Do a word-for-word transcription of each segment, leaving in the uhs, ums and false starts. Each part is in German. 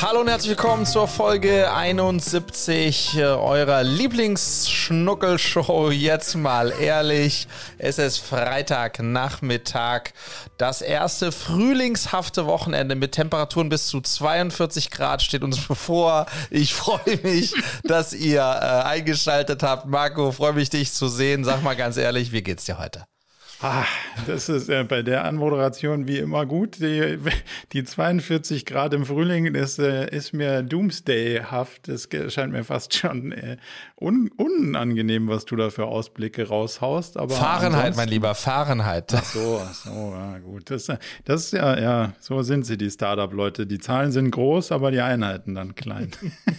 Hallo und herzlich willkommen zur Folge einundsiebzig äh, eurer Lieblingsschnuckelshow. Jetzt mal ehrlich, es ist Freitagnachmittag, das erste frühlingshafte Wochenende mit Temperaturen bis zu zweiundvierzig Grad steht uns bevor. Ich freue mich, dass ihr äh, eingeschaltet habt. Marco, freue mich, dich zu sehen. Sag mal ganz ehrlich, wie geht's dir heute? Ah, das ist äh, bei der Anmoderation wie immer gut. Die, die zweiundvierzig Grad im Frühling, das äh, ist mir Doomsday-haft. Das scheint mir fast schon äh, un, unangenehm, was du da für Ausblicke raushaust. Aber Fahrenheit, mein Lieber, Fahrenheit. Ach so, ach so, ja gut. Das, das ist ja, ja, so sind sie, die Startup-Leute. Die Zahlen sind groß, aber die Einheiten dann klein.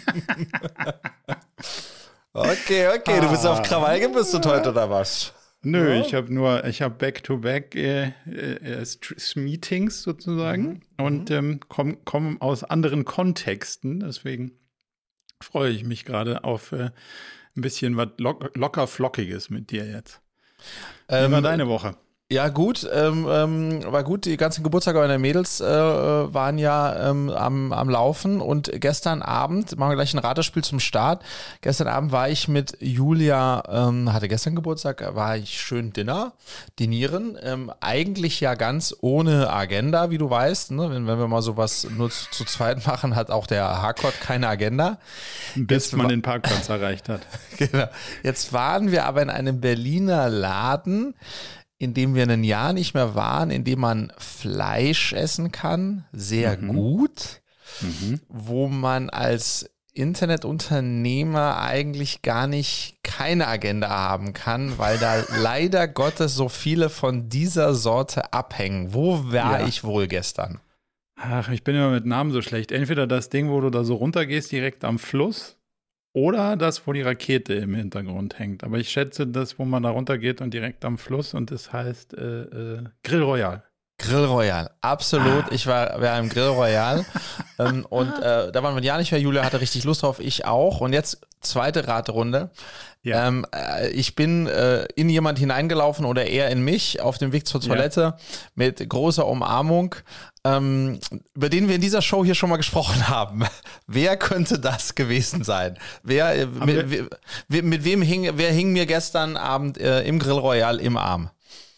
Okay, okay, du bist auf Krawall gebürstet heute, oder was? Nö, ja. ich habe nur, ich habe Back-to-Back äh, äh, Meetings sozusagen mhm. und ähm, komme komm aus anderen Kontexten. Deswegen freue ich mich gerade auf äh, ein bisschen was lock, locker Flockiges mit dir jetzt. Wie ähm, war deine Woche? Ja, gut, ähm, ähm, war gut. Die ganzen Geburtstage meiner Mädels äh, waren ja ähm, am, am Laufen und gestern Abend, machen wir gleich ein Ratespiel zum Start. Gestern Abend war ich mit Julia, ähm, hatte gestern Geburtstag, war ich schön Dinner, dinieren. Ähm, eigentlich ja ganz ohne Agenda, wie du weißt. Ne? Wenn, wenn wir mal sowas nur zu, zu zweit machen, hat auch der Harcourt keine Agenda. Bis Jetzt man war, den Parkplatz erreicht hat. Genau. Jetzt waren wir aber in einem Berliner Laden, in dem wir ein Jahr nicht mehr waren, in dem man Fleisch essen kann, sehr mhm. gut, mhm. wo man als Internetunternehmer eigentlich gar nicht keine Agenda haben kann, weil da leider Gottes so viele von dieser Sorte abhängen. Wo war ja. ich wohl gestern? Ach, ich bin immer mit Namen so schlecht. Entweder das Ding, wo du da so runtergehst, direkt am Fluss, oder das, wo die Rakete im Hintergrund hängt. Aber ich schätze das, wo man da runtergeht und direkt am Fluss und das heißt äh, äh, Grill Royal. Grill Royal, absolut. Ah. Ich war, war im Grill Royal ähm, und äh, da waren wir ja nicht mehr. Julia hatte richtig Lust drauf, ich auch. Und jetzt zweite Raterunde. Ja. Ähm, äh, ich bin äh, in jemand hineingelaufen oder eher in mich auf dem Weg zur Toilette ja. mit großer Umarmung, ähm, über den wir in dieser Show hier schon mal gesprochen haben. Wer könnte das gewesen sein? Wer, äh, mit, we, mit wem hing, wer hing mir gestern Abend äh, im Grill Royal im Arm?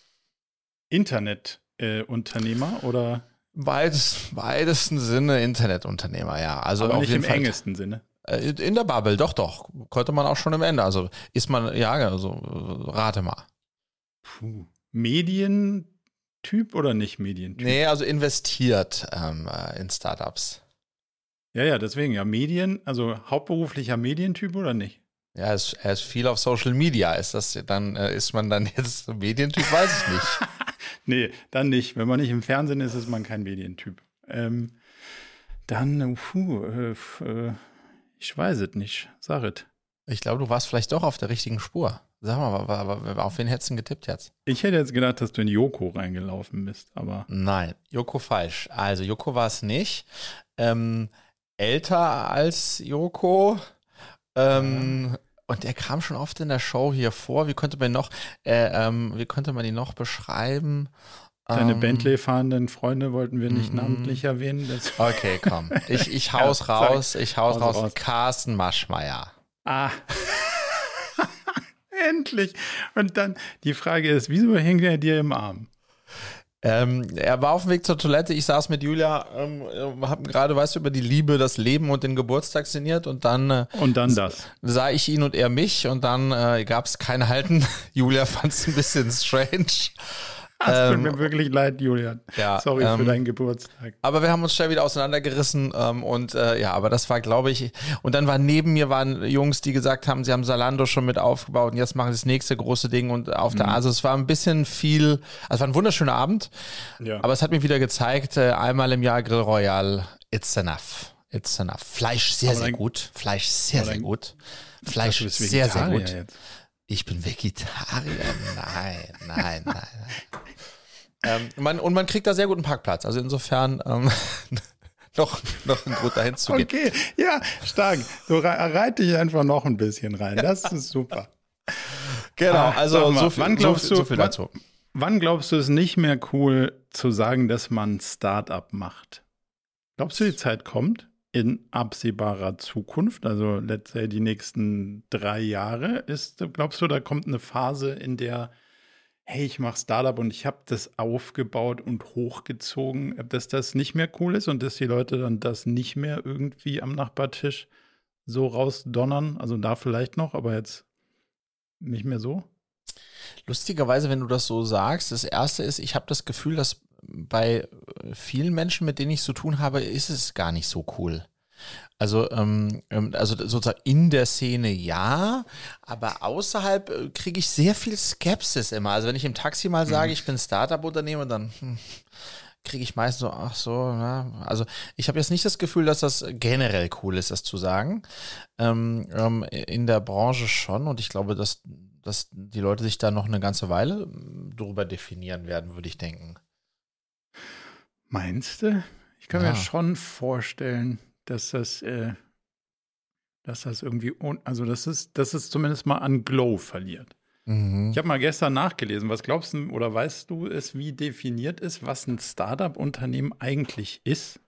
Internet. Äh, Unternehmer oder? Beides, weitesten Sinne Internetunternehmer, ja. Also aber auf nicht jeden im Fall, engesten Sinne. Äh, in der Bubble, doch, doch. Konnte man auch schon im Ende. Also ist man, ja, also rate mal. Puh. Medientyp oder nicht Medientyp? Nee, also investiert ähm, in Startups. Ja, ja, deswegen ja. Medien, also hauptberuflicher Medientyp oder nicht? Ja, er ist, er ist viel auf Social Media. Ist das dann, äh, ist man dann jetzt Medientyp? Weiß ich nicht. Nee, dann nicht. Wenn man nicht im Fernsehen ist, ist man kein Medientyp. Ähm, dann, puh, äh, äh, ich weiß es nicht. Sag es. Ich glaube, du warst vielleicht doch auf der richtigen Spur. Sag mal, auf wen hättest du getippt jetzt? Ich hätte jetzt gedacht, dass du in Joko reingelaufen bist, aber. Nein, Joko falsch. Also, Joko war es nicht. Ähm, älter als Joko. Ähm, und er kam schon oft in der Show hier vor. Wie könnte man noch, äh, ähm, wie könnte man ihn noch beschreiben? Deine ähm, Bentley-fahrenden Freunde wollten wir nicht m-m. namentlich erwähnen. Das okay, komm. Ich, ich hau's ja, raus. Ich hau's raus. raus. Carsten Maschmeyer. Ah. Endlich. Und dann, die Frage ist, wieso hängt er dir im Arm? Ähm, er war auf dem Weg zur Toilette, ich saß mit Julia, ähm, haben gerade, weißt du, über die Liebe, das Leben und den Geburtstag sinniert und dann äh, und dann das. sah ich ihn und er mich und dann äh, gab es kein Halten. Julia fand es ein bisschen strange. Es tut ähm, mir wirklich leid, Julian. Ja, Sorry ähm, für deinen Geburtstag. Aber wir haben uns schnell wieder auseinandergerissen ähm, und äh, ja, aber das war, glaube ich, und dann waren neben mir waren Jungs, die gesagt haben, sie haben Zalando schon mit aufgebaut und jetzt machen sie das nächste große Ding und auf der, mhm. also es war ein bisschen viel, also es war ein wunderschöner Abend, ja. aber es hat mir wieder gezeigt, äh, einmal im Jahr Grill Royal, it's enough, it's enough. Fleisch sehr, sehr gut, Fleisch sehr, sehr gut, Fleisch sehr, sehr gut. Jetzt. Ich bin Vegetarier. Nein, nein, nein, nein. ähm, man, und man kriegt da sehr guten Parkplatz. Also insofern ähm, noch, noch ein Grund dahin zu gehen. Okay, ja, stark. Du reite dich einfach noch ein bisschen rein. Das ist super. Genau, also mal, so, viel, wann glaubst so, du, so viel wann, dazu. Wann glaubst du es nicht mehr cool zu sagen, dass man ein Start-up macht? Glaubst du, die Zeit kommt? in absehbarer Zukunft, also let's say die nächsten drei Jahre, ist, glaubst du, da kommt eine Phase, in der, hey, ich mache Startup und ich habe das aufgebaut und hochgezogen, dass das nicht mehr cool ist und dass die Leute dann das nicht mehr irgendwie am Nachbartisch so rausdonnern? Also da vielleicht noch, aber jetzt nicht mehr so? Lustigerweise, wenn du das so sagst, das Erste ist, ich habe das Gefühl, dass bei vielen Menschen, mit denen ich zu tun habe, ist es gar nicht so cool. Also, ähm, also sozusagen in der Szene ja, aber außerhalb kriege ich sehr viel Skepsis immer. Also wenn ich im Taxi mal sage, mhm. ich bin Startup-Unternehmer, dann hm, kriege ich meistens so, ach so, na. Also ich habe jetzt nicht das Gefühl, dass das generell cool ist, das zu sagen. Ähm, ähm, in der Branche schon und ich glaube, dass, dass die Leute sich da noch eine ganze Weile drüber definieren werden, würde ich denken. Meinst du? Ich kann ja. mir schon vorstellen, dass das, äh, dass das irgendwie, un- also dass es, dass es zumindest mal an Glow verliert. Mhm. Ich habe mal gestern nachgelesen, was glaubst du oder weißt du es, wie definiert ist, was ein Startup-Unternehmen eigentlich ist?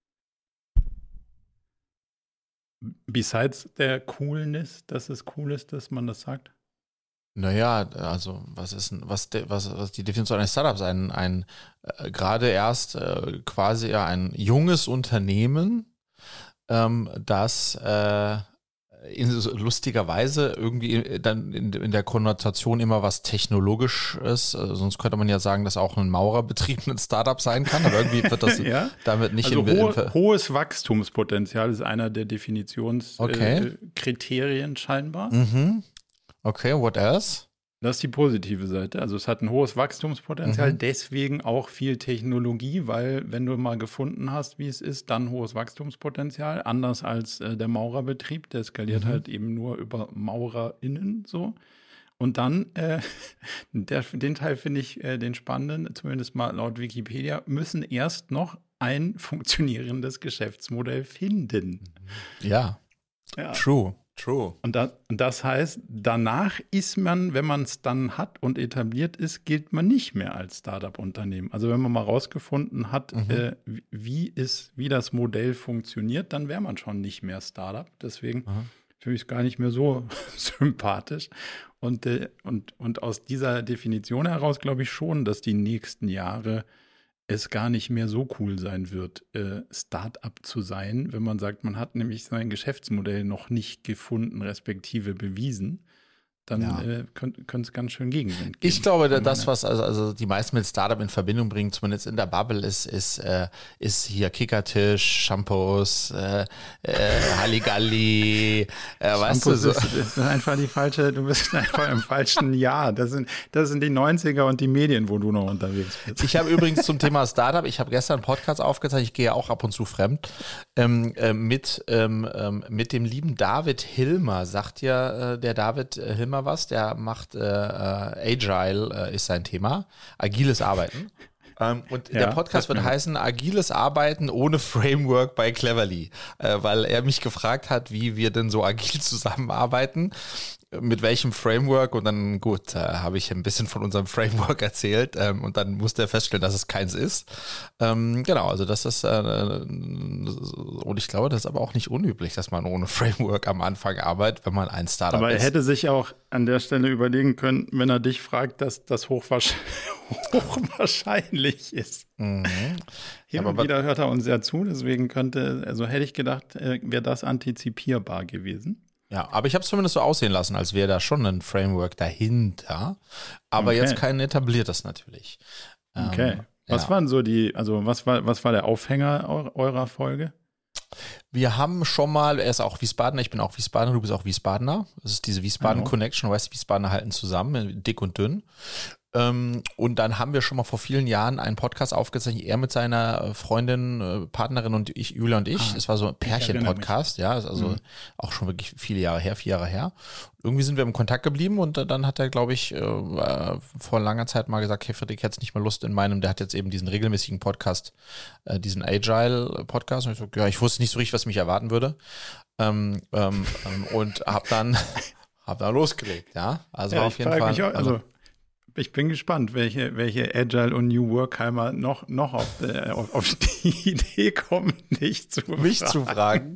Besides der Coolness, dass es cool ist, dass man das sagt? Naja, also was ist ein- was, de, was, was die Definition eines Startups? Ein, ein äh, gerade erst äh, quasi ja ein junges Unternehmen, ähm, das äh, in, so lustigerweise irgendwie dann in, in der Konnotation immer was Technologisches, äh, sonst könnte man ja sagen, dass auch ein Maurerbetrieb ein Startup sein kann, aber irgendwie wird das ja? damit nicht also in, hohe, in, hohes Wachstumspotenzial ist einer der Definitionskriterien okay. äh, scheinbar. Mhm. Okay, what else? Das ist die positive Seite. Also es hat ein hohes Wachstumspotenzial, Mhm. deswegen auch viel Technologie, weil wenn du mal gefunden hast, wie es ist, dann hohes Wachstumspotenzial. Anders als äh, der Maurerbetrieb, der skaliert Mhm. halt eben nur über MaurerInnen so. Und dann, äh, der, den Teil finde ich äh, den spannenden, zumindest mal laut Wikipedia, müssen erst noch ein funktionierendes Geschäftsmodell finden. Ja, Ja. true. True. Und, da, und das heißt, danach ist man, wenn man es dann hat und etabliert ist, gilt man nicht mehr als Startup-Unternehmen. Also wenn man mal rausgefunden hat, mhm. äh, wie, ist, wie das Modell funktioniert, dann wäre man schon nicht mehr Startup. Deswegen mhm. finde ich es gar nicht mehr so sympathisch. Und, äh, und, und aus dieser Definition heraus glaube ich schon, dass die nächsten Jahre es gar nicht mehr so cool sein wird, äh, Start-up zu sein, wenn man sagt, man hat nämlich sein Geschäftsmodell noch nicht gefunden, respektive bewiesen, dann ja. äh, könnte es ganz schön Gegenwind geben. Ich glaube, das, was also, also die meisten mit Startup in Verbindung bringen, zumindest in der Bubble, ist, ist, äh, ist hier Kickertisch, Shampoos, äh, äh, Halligalli, äh, weißt du so. Ist, ist einfach die falsche, du bist einfach im falschen Jahr. Das sind, das sind die neunziger und die Medien, wo du noch unterwegs bist. Ich habe übrigens zum Thema Startup, ich habe gestern einen Podcast aufgezeichnet, ich gehe ja auch ab und zu fremd, ähm, äh, mit, ähm, mit dem lieben David Hilmer, sagt ja äh, der David äh, Hilmer was, der macht äh, äh, Agile äh, ist sein Thema, agiles Arbeiten. Ähm, und ja, der Podcast wird heißen Agiles Arbeiten ohne Framework bei Cleverly, äh, weil er mich gefragt hat, wie wir denn so agil zusammenarbeiten, mit welchem Framework, und dann gut, äh, habe ich ein bisschen von unserem Framework erzählt ähm, und dann musste er feststellen, dass es keins ist. Ähm, genau, also das ist äh, und ich glaube, das ist aber auch nicht unüblich, dass man ohne Framework am Anfang arbeitet, wenn man ein Startup aber ist. Aber er hätte sich auch an der Stelle überlegen können, wenn er dich fragt, dass das hochwahrscheinlich, hochwahrscheinlich ist. Mhm. Hin und wieder hört er uns ja zu, deswegen könnte, also hätte ich gedacht, äh, wäre das antizipierbar gewesen. Ja, aber ich habe es zumindest so aussehen lassen, als wäre da schon ein Framework dahinter, aber okay. jetzt kein etabliertes natürlich. Okay. Ähm, was ja. waren so die, also was war, was war der Aufhänger eurer Folge? Wir haben schon mal, er ist auch Wiesbadener, ich bin auch Wiesbadener, du bist auch Wiesbadener. Das ist diese Wiesbaden-Connection, weißt du, Wiesbadener halten zusammen, dick und dünn. Ähm, und dann haben wir schon mal vor vielen Jahren einen Podcast aufgezeichnet, er mit seiner Freundin, äh, Partnerin und ich, Julia und ich. Es ah, war so ein Pärchen-Podcast, ja, ist also mhm. auch schon wirklich viele Jahre her, vier Jahre her. Irgendwie sind wir im Kontakt geblieben und äh, dann hat er, glaube ich, äh, vor langer Zeit mal gesagt, hey Friedrich, hätte nicht mehr Lust in meinem, der hat jetzt eben diesen regelmäßigen Podcast, äh, diesen Agile-Podcast. Und ich so, ja, ich wusste nicht so richtig, was mich erwarten würde. Ähm, ähm, ähm, und hab dann, hab dann losgelegt, ja. Also ja, auf jeden Fall. Auch, also Ich bin gespannt, welche, welche Agile und New Workheimer noch, noch auf, der, auf, auf die Idee kommen, dich zu fragen. Mich zu fragen.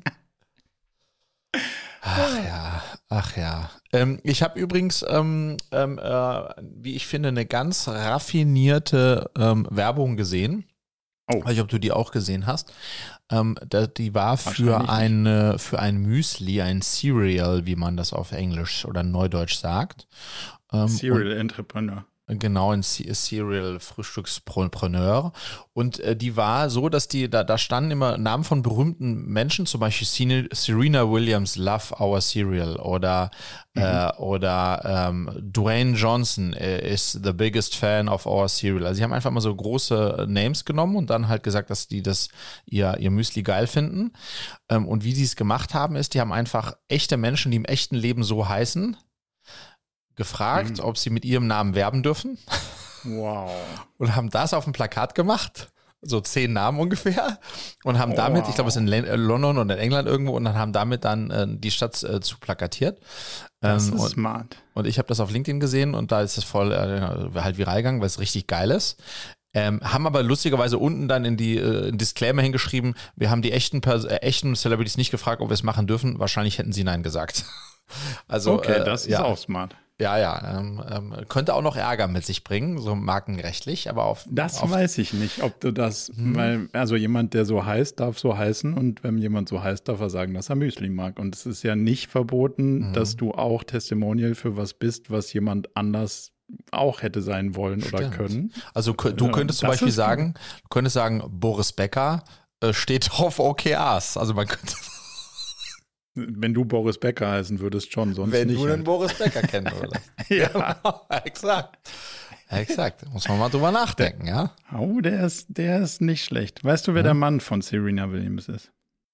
Ach ja, ach ja. Ähm, ich habe übrigens, ähm, ähm, äh, wie ich finde, eine ganz raffinierte ähm, Werbung gesehen. Oh. Ich weiß nicht, ob du die auch gesehen hast. Ähm, da, die war für eine, für ein Müsli, ein Cereal, wie man das auf Englisch oder Neudeutsch sagt. Ähm, Cereal Entrepreneur. Genau, ein Serial-Frühstückspreneur. Und äh, die war so, dass die, da, da standen immer Namen von berühmten Menschen, zum Beispiel Serena Williams, Love Our Cereal, oder, mhm. äh, oder ähm, Dwayne Johnson is the biggest fan of our cereal. Also sie haben einfach mal so große Names genommen und dann halt gesagt, dass die das ihr, ihr Müsli geil finden. Ähm, und wie sie es gemacht haben, ist, die haben einfach echte Menschen, die im echten Leben so heißen, gefragt, mhm. ob sie mit ihrem Namen werben dürfen. Wow. Und haben das auf dem Plakat gemacht. So zehn Namen ungefähr. Und haben oh, damit, wow. ich glaube, es ist in London und in England irgendwo, und dann haben damit dann äh, die Stadt äh, zu plakatiert. Das ähm, ist und, smart. Und ich habe das auf LinkedIn gesehen und da ist es voll äh, halt viral gegangen, weil es richtig geil ist. Ähm, haben aber lustigerweise unten dann in die äh, Disclaimer hingeschrieben, wir haben die echten, Pers- äh, echten Celebrities nicht gefragt, ob wir es machen dürfen. Wahrscheinlich hätten sie Nein gesagt. Also, okay, das äh, ist ja. auch smart. Ja, ja, ähm, ähm, könnte auch noch Ärger mit sich bringen, so markenrechtlich, aber auf... Das auf weiß ich nicht, ob du das, hm. weil, also jemand, der so heißt, darf so heißen, und wenn jemand so heißt, darf er sagen, dass er Müsli mag. Und es ist ja nicht verboten, hm. dass du auch Testimonial für was bist, was jemand anders auch hätte sein wollen Stimmt. oder können. Also du könntest zum das Beispiel sagen, du könntest sagen, Boris Becker äh, steht auf O K Rs, also man könnte... Wenn du Boris Becker heißen würdest, schon, sonst Wenn nicht. Wenn du halt. den Boris Becker kennen würdest. Ja. Genau, exakt. Exakt. Muss man mal drüber nachdenken, ja? Oh, der ist, der ist nicht schlecht. Weißt du, wer hm? der Mann von Serena Williams ist?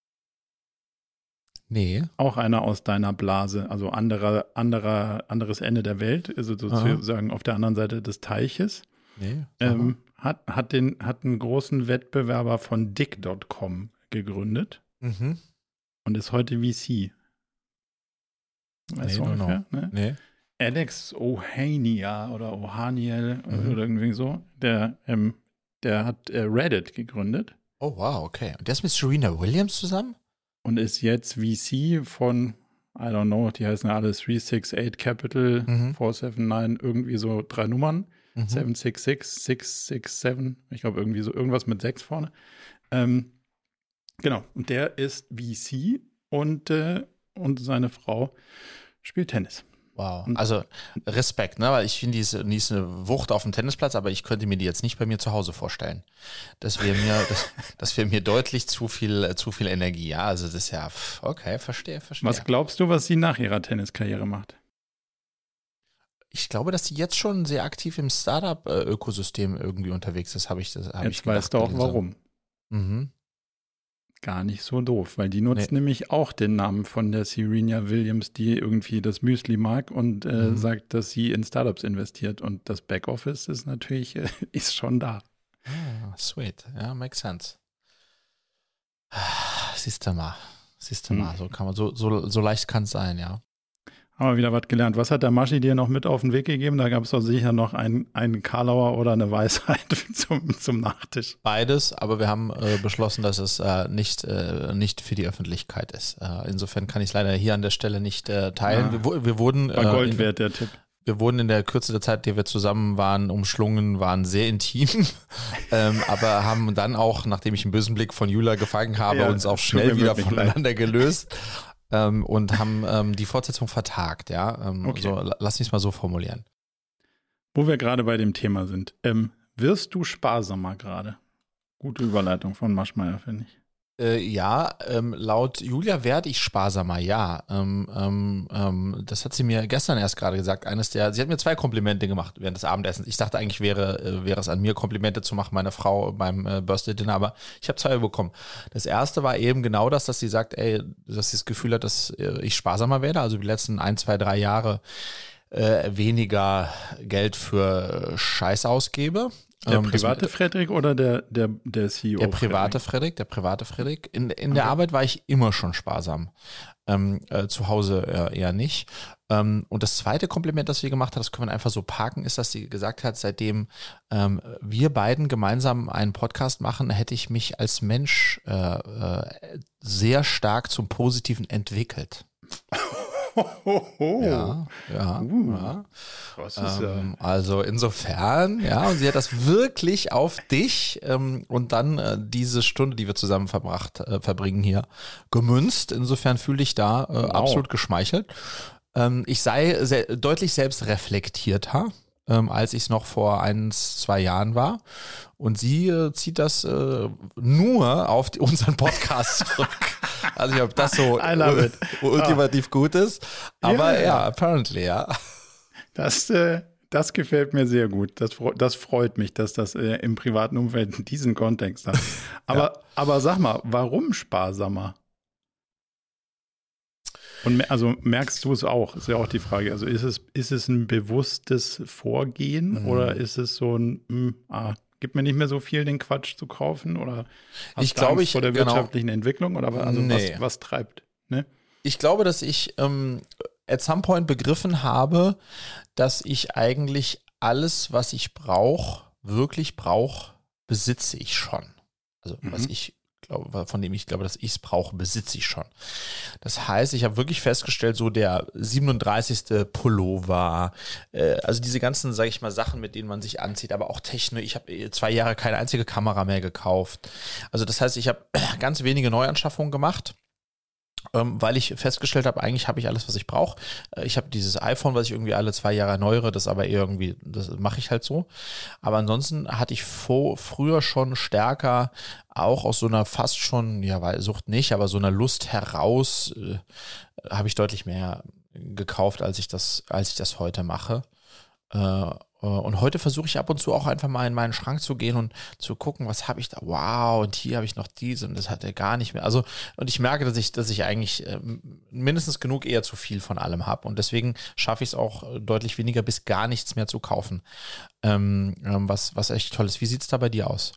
Nee. Auch einer aus deiner Blase, also anderer, anderer, anderes Ende der Welt, also sozusagen Aha. auf der anderen Seite des Teiches. Nee. Ähm, hat, hat, den, hat einen großen Wettbewerber von Dick Punkt com gegründet. Mhm. Und ist heute V C. Weißt nee, du ungefähr? Ne? Nee. Alex Ohaniel oder Ohaniel Mhm. oder irgendwie so, der, ähm, der hat äh, Reddit gegründet. Oh, wow, okay. Und der ist mit Serena Williams zusammen? Und ist jetzt V C von, I don't know, die heißen alle drei sechs acht Capital, Mhm. vier sieben neun, irgendwie so drei Nummern. Mhm. sieben sechs sechs, sechs sechs sieben, ich glaube irgendwie so irgendwas mit sechs vorne. Ähm, Genau, und der ist V C und, äh, und seine Frau spielt Tennis. Wow, also Respekt, ne? Weil ich finde, die ist, die ist eine Wucht auf dem Tennisplatz, aber ich könnte mir die jetzt nicht bei mir zu Hause vorstellen. Das wäre mir, das, das wäre mir deutlich zu viel, zu viel Energie, ja. Also das ist ja, okay, verstehe, verstehe. Was glaubst du, was sie nach ihrer Tenniskarriere macht? Ich glaube, dass sie jetzt schon sehr aktiv im Startup-Ökosystem irgendwie unterwegs ist, habe ich das. Hab jetzt ich gedacht, weißt du auch, warum. Mhm. Gar nicht so doof, weil die nutzt Nee. nämlich auch den Namen von der Serena Williams, die irgendwie das Müsli mag und äh, Mhm. sagt, dass sie in Startups investiert, und das Backoffice ist natürlich, äh, ist schon da. Ah, sweet, ja, makes sense. Siehst du mal, siehst du Hm. mal, so kann man, so, so, so leicht kann es sein, ja. Haben wir wieder was gelernt. Was hat der Maschi dir noch mit auf den Weg gegeben? Da gab es doch sicher noch einen, einen Karlauer oder eine Weisheit zum, zum Nachtisch. Beides, aber wir haben äh, beschlossen, dass es äh, nicht, äh, nicht für die Öffentlichkeit ist. Äh, insofern kann ich es leider hier an der Stelle nicht äh, teilen. Ja. Wir, wir wurden War äh, Gold in, wert, der Tipp. wir wurden in der Kürze der Zeit, die wir zusammen waren, umschlungen, waren sehr intim, ähm, aber haben dann auch, nachdem ich einen bösen Blick von Julia gefangen habe, Ja, uns auch tut schnell mir wieder wirklich voneinander gelöst. Ähm, und haben ähm, die Fortsetzung vertagt, ja. Ähm, Okay. so, la- lass mich es mal so formulieren. Wo wir gerade bei dem Thema sind. Ähm, wirst du sparsamer gerade? Gute Überleitung von Maschmeyer, finde ich. Äh, ja, ähm, laut Julia werde ich sparsamer, ja. Ähm, ähm, ähm, das hat sie mir gestern erst gerade gesagt. Eines der, sie hat mir zwei Komplimente gemacht während des Abendessens. Ich dachte eigentlich, wäre, äh, wäre es an mir, Komplimente zu machen, meiner Frau beim äh, Birthday-Dinner, aber ich habe zwei bekommen. Das erste war eben genau das, dass sie sagt, ey, dass sie das Gefühl hat, dass äh, ich sparsamer werde, also die letzten ein, zwei, drei Jahre äh, weniger Geld für Scheiß ausgebe. Der Ähm, das- private Frederik oder der, der, der C E O? Der private Frederik? Frederik, der private Frederik. In, in Okay. der Arbeit war ich immer schon sparsam. ähm, äh, zu Hause äh, eher nicht. Ähm, und das zweite Kompliment, das sie gemacht hat, das können wir einfach so parken, ist, dass sie gesagt hat, seitdem ähm, wir beiden gemeinsam einen Podcast machen, hätte ich mich als Mensch äh, äh, sehr stark zum Positiven entwickelt. Ja, ja, uh, ja. Das ist, ähm, also insofern, ja, und sie hat das wirklich auf dich ähm, und dann äh, diese Stunde, die wir zusammen verbracht, äh, verbringen hier, gemünzt. Insofern fühle ich da äh, wow. absolut geschmeichelt. Ähm, ich sei sehr, deutlich selbstreflektierter, ähm, als ich es noch vor ein, zwei Jahren war. Und sie äh, zieht das äh, nur auf die, unseren Podcast zurück. Also ich habe das so uh, ultimativ ah. gut ist. Aber ja, ja, apparently, ja. Das, äh, das gefällt mir sehr gut. Das, das freut mich, dass das äh, im privaten Umfeld diesen Kontext hat. Aber, ja. aber sag mal, warum sparsamer? Und also merkst du es auch, ist ja auch die Frage. Also ist es, ist es ein bewusstes Vorgehen mhm. oder ist es so ein, mh, ah, gibt mir nicht mehr so viel, den Quatsch zu kaufen? Oder hast ich du glaube, Angst ich, vor der genau. wirtschaftlichen Entwicklung? Oder also nee. was, was treibt? Ne? Ich glaube, dass ich ähm, at some point begriffen habe, dass ich eigentlich alles, was ich brauche, wirklich brauche, besitze ich schon. Also mhm. was ich glaube, von dem ich glaube, dass ich es brauche, besitze ich schon. Das heißt, ich habe wirklich festgestellt, so der siebenunddreißigste Pullover, äh, also diese ganzen, sage ich mal, Sachen, mit denen man sich anzieht, aber auch Technik. Ich habe zwei Jahre keine einzige Kamera mehr gekauft. Also das heißt, ich habe ganz wenige Neuanschaffungen gemacht. Ähm, weil ich festgestellt habe, eigentlich habe ich alles, was ich brauche. Äh, ich habe dieses iPhone, was ich irgendwie alle zwei Jahre erneuere, das aber irgendwie, das mache ich halt so. Aber ansonsten hatte ich vor, früher schon stärker auch aus so einer fast schon, ja, weil Sucht nicht, aber so einer Lust heraus äh, habe ich deutlich mehr gekauft, als ich das, als ich das heute mache. Äh, Und heute versuche ich ab und zu auch einfach mal in meinen Schrank zu gehen und zu gucken, was habe ich da? Wow, und hier habe ich noch diese und das hat er gar nicht mehr. Also, und ich merke, dass ich, dass ich eigentlich äh, mindestens genug eher zu viel von allem habe. Und deswegen schaffe ich es auch deutlich weniger bis gar nichts mehr zu kaufen. Ähm, was, was echt toll ist. Wie sieht es da bei dir aus?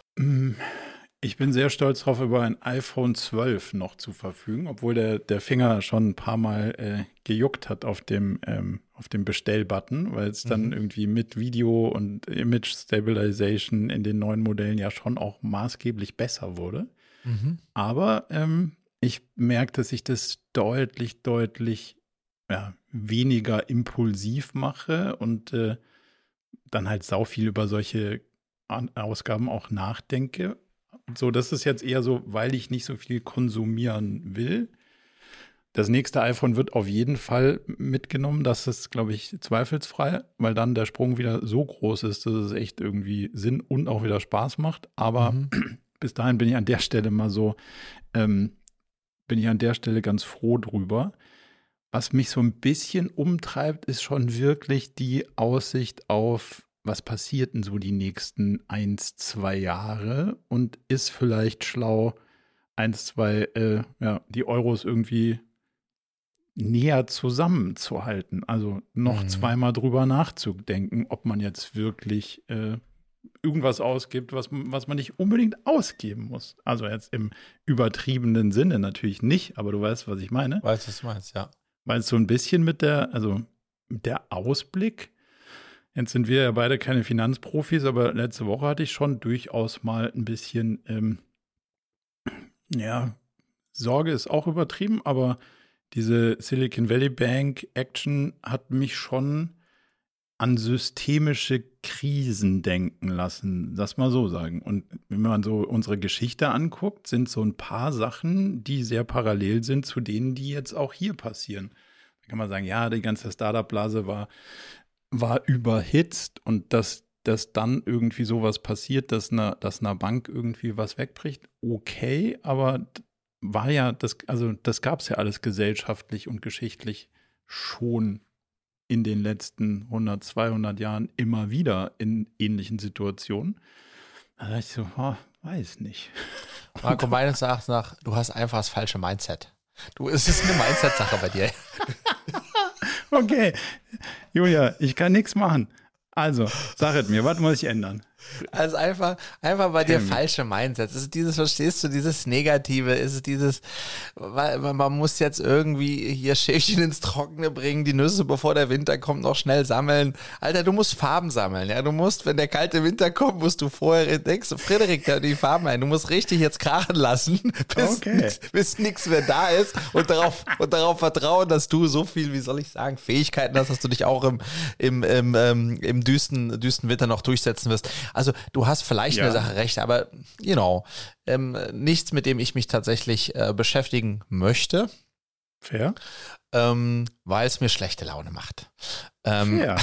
Ich bin sehr stolz darauf, über ein iPhone zwölf noch zu verfügen, obwohl der, der Finger schon ein paar Mal äh, gejuckt hat auf dem, ähm, auf dem Bestell-Button, weil es dann mhm. irgendwie mit Video und Image Stabilization in den neuen Modellen ja schon auch maßgeblich besser wurde. Mhm. Aber ähm, ich merke, dass ich das deutlich, deutlich ja, weniger impulsiv mache und äh, dann halt sau viel über solche An- Ausgaben auch nachdenke. So, das ist jetzt eher so, weil ich nicht so viel konsumieren will. Das nächste iPhone wird auf jeden Fall mitgenommen. Das ist, glaube ich, zweifelsfrei, weil dann der Sprung wieder so groß ist, dass es echt irgendwie Sinn und auch wieder Spaß macht. Aber mhm. bis dahin bin ich an der Stelle mal so, ähm, bin ich an der Stelle ganz froh drüber. Was mich so ein bisschen umtreibt, ist schon wirklich die Aussicht auf, was passiert denn so die nächsten eins, zwei Jahre und ist vielleicht schlau, eins, zwei, äh, ja, die Euros irgendwie näher zusammenzuhalten. Also noch mhm. zweimal drüber nachzudenken, ob man jetzt wirklich äh, irgendwas ausgibt, was, was man nicht unbedingt ausgeben muss. Also jetzt im übertriebenen Sinne natürlich nicht, aber du weißt, was ich meine. Weißt, was du meinst, ja. Weil es so ein bisschen mit der, also mit der Ausblick. Jetzt sind wir ja beide keine Finanzprofis, aber letzte Woche hatte ich schon durchaus mal ein bisschen, ähm, ja, Sorge ist auch übertrieben, aber diese Silicon Valley Bank Action hat mich schon an systemische Krisen denken lassen, das mal so sagen. Und wenn man so unsere Geschichte anguckt, sind so ein paar Sachen, die sehr parallel sind zu denen, die jetzt auch hier passieren. Da kann man sagen, ja, die ganze Startup-Blase war war überhitzt und dass, dass dann irgendwie sowas passiert, dass einer, dass einer Bank irgendwie was wegbricht, okay, aber war ja, das, also das gab es ja alles gesellschaftlich und geschichtlich schon in den letzten hundert, zweihundert Jahren immer wieder in ähnlichen Situationen. Da dachte ich so, oh, weiß nicht. Marco, meines Erachtens nach, du hast einfach das falsche Mindset. Du, es ist eine Mindset-Sache bei dir. Okay, Julia, ich kann nichts machen. Also, sag es mir, was muss ich ändern? Also einfach, einfach bei dir Kenn mich. falsche Mindsets. Ist es dieses, verstehst du, dieses Negative, ist es dieses, weil man muss jetzt irgendwie hier Schäfchen ins Trockene bringen, die Nüsse, bevor der Winter kommt, noch schnell sammeln. Alter, du musst Farben sammeln, ja. Du musst, wenn der kalte Winter kommt, musst du vorher, denkst du, Frederik, da die Farben ein. Du musst richtig jetzt krachen lassen, bis, Okay. nix, bis nix mehr da ist und darauf, und darauf vertrauen, dass du so viel, wie soll ich sagen, Fähigkeiten hast, dass du dich auch im, im, im, im, im düsten, düsten Winter noch durchsetzen wirst. Also du hast vielleicht Ja. eine Sache recht, aber you know, ähm, nichts, mit dem ich mich tatsächlich äh, beschäftigen möchte, Fair? ähm, weil es mir schlechte Laune macht. Ähm, Fair.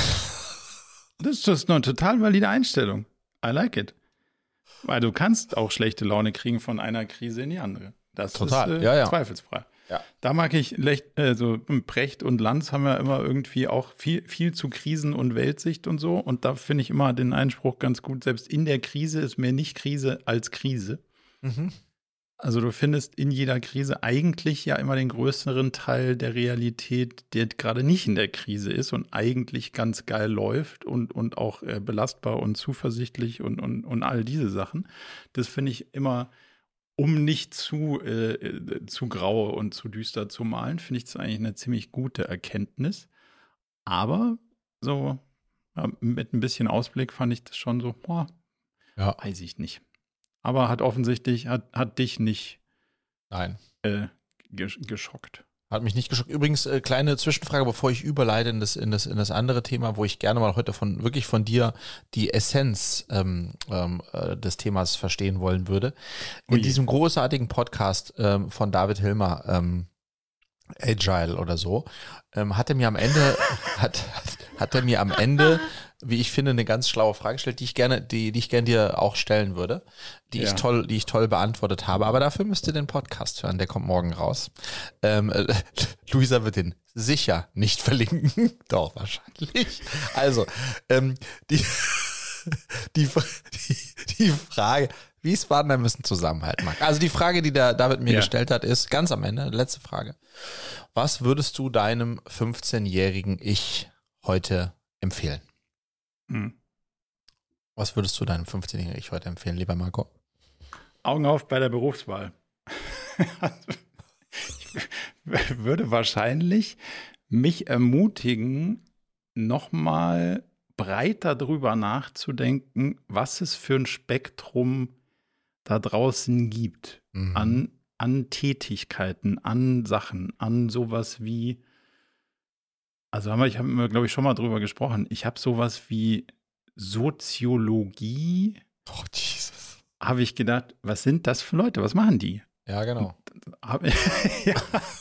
Das ist, das ist eine total valide Einstellung. I like it. Weil du kannst auch schlechte Laune kriegen von einer Krise in die andere. Das Total, ist äh, ja, ja. zweifelsfrei. Ja. Da mag ich, Lech- also Brecht und Lanz haben ja immer irgendwie auch viel, viel zu Krisen- und Weltsicht und so. Und da finde ich immer den Einspruch ganz gut, selbst in der Krise ist mehr nicht Krise als Krise. Mhm. Also du findest in jeder Krise eigentlich ja immer den größeren Teil der Realität, der gerade nicht in der Krise ist und eigentlich ganz geil läuft und, und auch äh, belastbar und zuversichtlich und, und, und all diese Sachen. Das finde ich immer, um nicht zu, äh, zu grau und zu düster zu malen, finde ich das eigentlich eine ziemlich gute Erkenntnis. Aber so ja, mit ein bisschen Ausblick fand ich das schon so, boah, Ja, weiß ich nicht. Aber hat offensichtlich, hat, hat dich nicht nein. äh, gesch- geschockt. Hat mich nicht geschockt. Übrigens, äh, kleine Zwischenfrage, bevor ich überleite in das, in das, in das andere Thema, wo ich gerne mal heute von, wirklich von dir die Essenz ähm, ähm, äh, des Themas verstehen wollen würde. In Ui. diesem großartigen Podcast ähm, von David Hilmer, ähm, Agile oder so, ähm, hat er mir am Ende, hat, hat er mir am Ende, wie ich finde, eine ganz schlaue Frage gestellt, die ich gerne, die, die ich gerne dir auch stellen würde, die Ja. ich toll, die ich toll beantwortet habe. Aber dafür müsst ihr den Podcast hören, der kommt morgen raus. Ähm, äh, Luisa wird den sicher nicht verlinken. Doch, wahrscheinlich. Also, ähm, die, die, die, die Frage, Wiesbadener müssen zusammenhalten, Marc. Also die Frage, die der David mir Ja. gestellt hat, ist ganz am Ende, letzte Frage. Was würdest du deinem fünfzehnjährigen Ich heute empfehlen? Hm. Was würdest du deinem fünfzehnjährigen Ich heute empfehlen, lieber Marco? Augen auf bei der Berufswahl. Ich würde wahrscheinlich mich ermutigen, nochmal breiter drüber nachzudenken, was es für ein Spektrum da draußen gibt Mhm. an, an Tätigkeiten, an Sachen, an sowas wie, also haben wir, ich habe mir, glaube ich, schon mal drüber gesprochen, ich habe sowas wie Soziologie, Oh, Jesus. habe ich gedacht, was sind das für Leute, was machen die? Ja, genau. Hab, ja,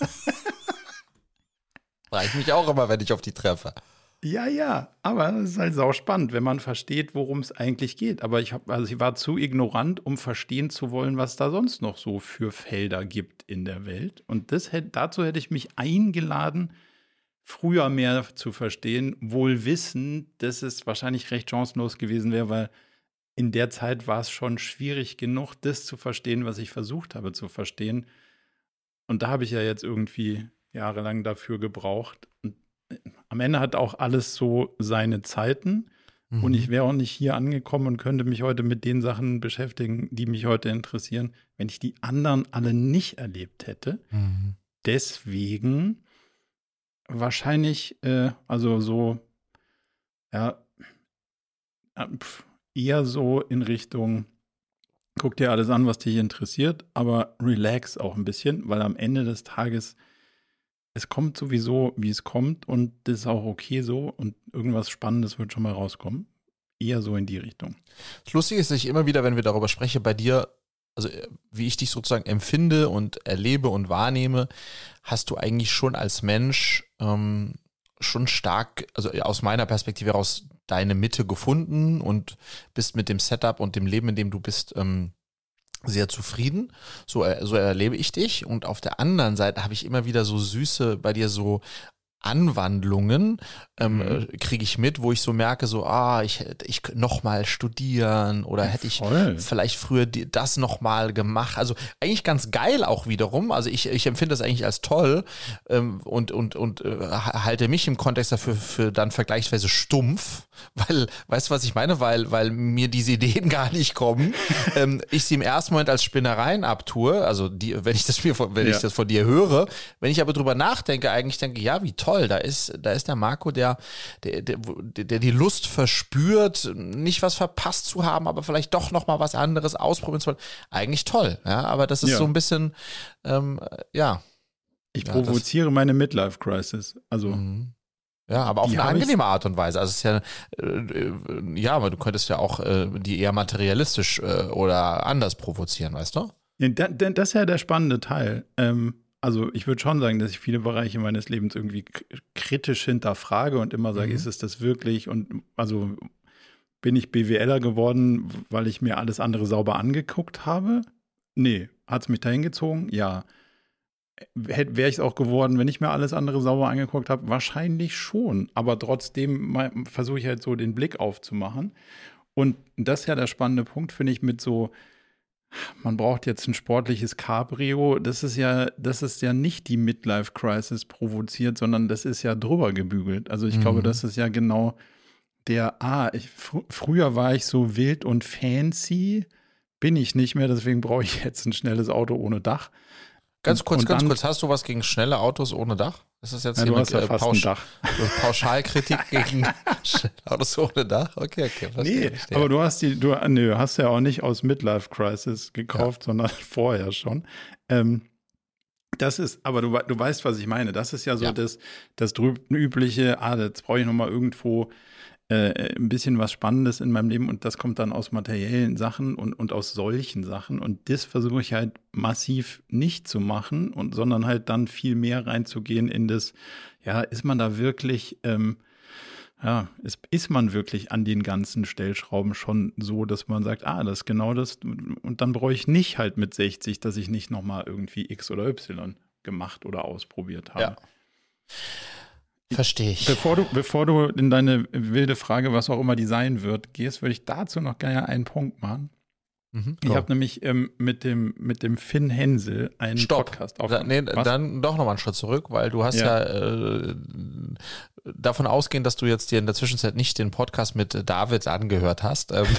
Frage ich mich auch immer, wenn ich auf die treffe. ja, ja, aber es ist halt sau spannend, wenn man versteht, worum es eigentlich geht. Aber ich hab, also ich war zu ignorant, um verstehen zu wollen, was da sonst noch so für Felder gibt in der Welt. Und das hätt, dazu hätte ich mich eingeladen, früher mehr zu verstehen, wohl wissend, dass es wahrscheinlich recht chancenlos gewesen wäre, weil in der Zeit war es schon schwierig genug, das zu verstehen, was ich versucht habe zu verstehen. Und da habe ich ja jetzt irgendwie jahrelang dafür gebraucht. Und am Ende hat auch alles so seine Zeiten. Mhm. Und ich wäre auch nicht hier angekommen und könnte mich heute mit den Sachen beschäftigen, die mich heute interessieren, wenn ich die anderen alle nicht erlebt hätte. Mhm. Deswegen wahrscheinlich, äh, also so, ja, äh, pf, eher so in Richtung, guck dir alles an, was dich interessiert, aber relax auch ein bisschen, weil am Ende des Tages, es kommt sowieso, wie es kommt und das ist auch okay so und irgendwas Spannendes wird schon mal rauskommen. Eher so in die Richtung. Das Lustige ist, dass ich immer wieder, wenn wir darüber sprechen, bei dir, also äh, wie ich dich sozusagen empfinde und erlebe und wahrnehme, hast du eigentlich schon als Mensch ähm, schon stark, also aus meiner Perspektive heraus, deine Mitte gefunden und bist mit dem Setup und dem Leben, in dem du bist, ähm, sehr zufrieden. So, äh, so erlebe ich dich. Und auf der anderen Seite habe ich immer wieder so süße, bei dir so Anwandlungen ähm, Mhm. äh, kriege ich mit, wo ich so merke, so, ah, ich, ich noch mal studieren oder hätte ich Voll. vielleicht früher die, das noch mal gemacht. Also eigentlich ganz geil auch wiederum. Also ich, ich empfinde das eigentlich als toll ähm, und, und, und äh, halte mich im Kontext dafür für dann vergleichsweise stumpf. Weil, weißt du, was ich meine? Weil, weil mir diese Ideen gar nicht kommen. ähm, ich sie im ersten Moment als Spinnereien abtue, also die, wenn ich das mir von, wenn ja. ich das von dir höre, wenn ich aber drüber nachdenke, eigentlich denke, ja, wie toll, da ist, da ist der Marco, der, der, der, der die Lust verspürt, nicht was verpasst zu haben, aber vielleicht doch nochmal was anderes ausprobieren zu wollen. Eigentlich toll, ja, aber das ist ja. so ein bisschen, ähm, ja. Ich ja, provoziere meine Midlife-Crisis, also mhm. Ja, aber auf die eine angenehme Art und Weise. Also es ist ja, äh, ja, aber du könntest ja auch äh, die eher materialistisch äh, oder anders provozieren, weißt du? Ja, da, da, das ist ja der spannende Teil. Ähm, also ich würde schon sagen, dass ich viele Bereiche meines Lebens irgendwie k- kritisch hinterfrage und immer sage, mhm. ist es das wirklich? Und also bin ich BWLer geworden, weil ich mir alles andere sauber angeguckt habe? Nee. Hat es mich dahin gezogen? Ja. Wäre ich es auch geworden, wenn ich mir alles andere sauber angeguckt habe? Wahrscheinlich schon. Aber trotzdem versuche ich halt so den Blick aufzumachen. Und das ist ja der spannende Punkt, finde ich, mit so, man braucht jetzt ein sportliches Cabrio. Das ist ja, das ist ja nicht die Midlife-Crisis provoziert, sondern das ist ja drüber gebügelt. Also ich mhm. glaube, das ist ja genau der, ah, ich, fr- früher war ich so wild und fancy, bin ich nicht mehr, deswegen brauche ich jetzt ein schnelles Auto ohne Dach. Ganz kurz, und ganz dann, kurz, hast du was gegen schnelle Autos ohne Dach? Ist das jetzt ja, hier du eine hast ja fast Pausch- ein Dach. Pauschalkritik gegen schnelle Autos ohne Dach? Okay, okay. Nee, verstehe. Aber du hast die, du nö, hast ja auch nicht aus Midlife Crisis gekauft, ja. sondern vorher schon. Ähm, das ist, aber du, du weißt, was ich meine. Das ist ja so ja. das, das übliche, ah, jetzt brauche ich nochmal irgendwo Äh, ein bisschen was Spannendes in meinem Leben und das kommt dann aus materiellen Sachen und, und aus solchen Sachen und das versuche ich halt massiv nicht zu machen und sondern halt dann viel mehr reinzugehen in das, ja, ist man da wirklich, ähm, ja, ist, ist man wirklich an den ganzen Stellschrauben schon so, dass man sagt, ah, das ist genau das und dann brauche ich nicht halt mit sechzig, dass ich nicht nochmal irgendwie X oder Y gemacht oder ausprobiert habe. Ja. Verstehe ich. Bevor du, bevor du in deine wilde Frage, was auch immer die sein wird, gehst, würde ich dazu noch gerne einen Punkt machen. Mhm, ich habe nämlich ähm, mit dem mit dem Finn Hensel einen Stopp. Podcast aufgenommen. Da, nee, dann doch nochmal einen Schritt zurück, weil du hast ja, ja äh, davon ausgehend, dass du jetzt dir in der Zwischenzeit nicht den Podcast mit David angehört hast. Ähm,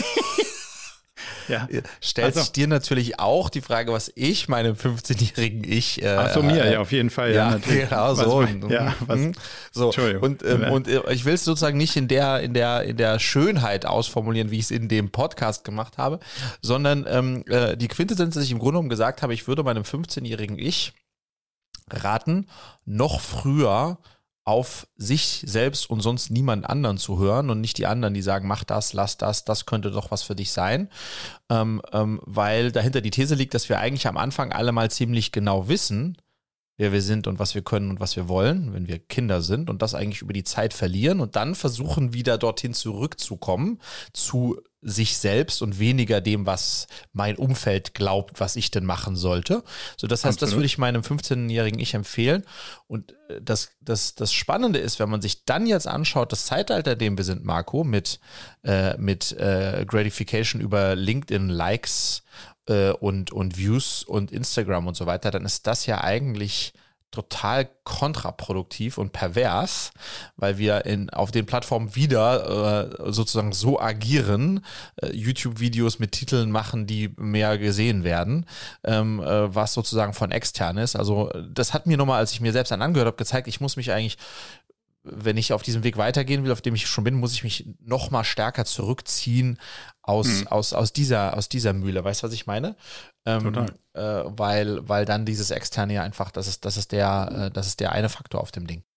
Ja. Stellt sich also. dir natürlich auch die Frage, was ich meinem fünfzehnjährigen Ich. Äh, Ach so, mir, ja, auf jeden Fall. Ja, ja natürlich. Genau, so. Was, ja, was, so. Entschuldigung. Und, ähm, und ich will es sozusagen nicht in der, in der, in der Schönheit ausformulieren, wie ich es in dem Podcast gemacht habe, sondern ähm, äh, die Quintessenz, dass ich im Grunde genommen gesagt habe, ich würde meinem fünfzehnjährigen Ich raten, noch früher auf sich selbst und sonst niemand anderen zu hören und nicht die anderen, die sagen, mach das, lass das, das könnte doch was für dich sein, ähm, ähm, weil dahinter die These liegt, dass wir eigentlich am Anfang alle mal ziemlich genau wissen, wer wir sind und was wir können und was wir wollen, wenn wir Kinder sind und das eigentlich über die Zeit verlieren und dann versuchen wieder dorthin zurückzukommen zu sich selbst und weniger dem, was mein Umfeld glaubt, was ich denn machen sollte. So, das heißt, Absolut. Das würde ich meinem fünfzehnjährigen Ich empfehlen. Und das, das, das Spannende ist, wenn man sich dann jetzt anschaut, das Zeitalter, in dem wir sind, Marco, mit, äh, mit äh, Gratification über LinkedIn, Likes äh, und, und Views und Instagram und so weiter, dann ist das ja eigentlich total kontraproduktiv und pervers, weil wir in, auf den Plattformen wieder äh, sozusagen so agieren, äh, YouTube-Videos mit Titeln machen, die mehr gesehen werden, ähm, äh, was sozusagen von extern ist. Also das hat mir nochmal, als ich mir selbst dann angehört habe, gezeigt, ich muss mich eigentlich, wenn ich auf diesem Weg weitergehen will, auf dem ich schon bin, muss ich mich noch mal stärker zurückziehen aus, hm. aus, aus, dieser, aus dieser Mühle. Weißt du, was ich meine? Ähm, Total. Äh, weil, weil dann dieses Externe ja einfach, das ist, das ist der, äh, das ist der eine Faktor auf dem Ding.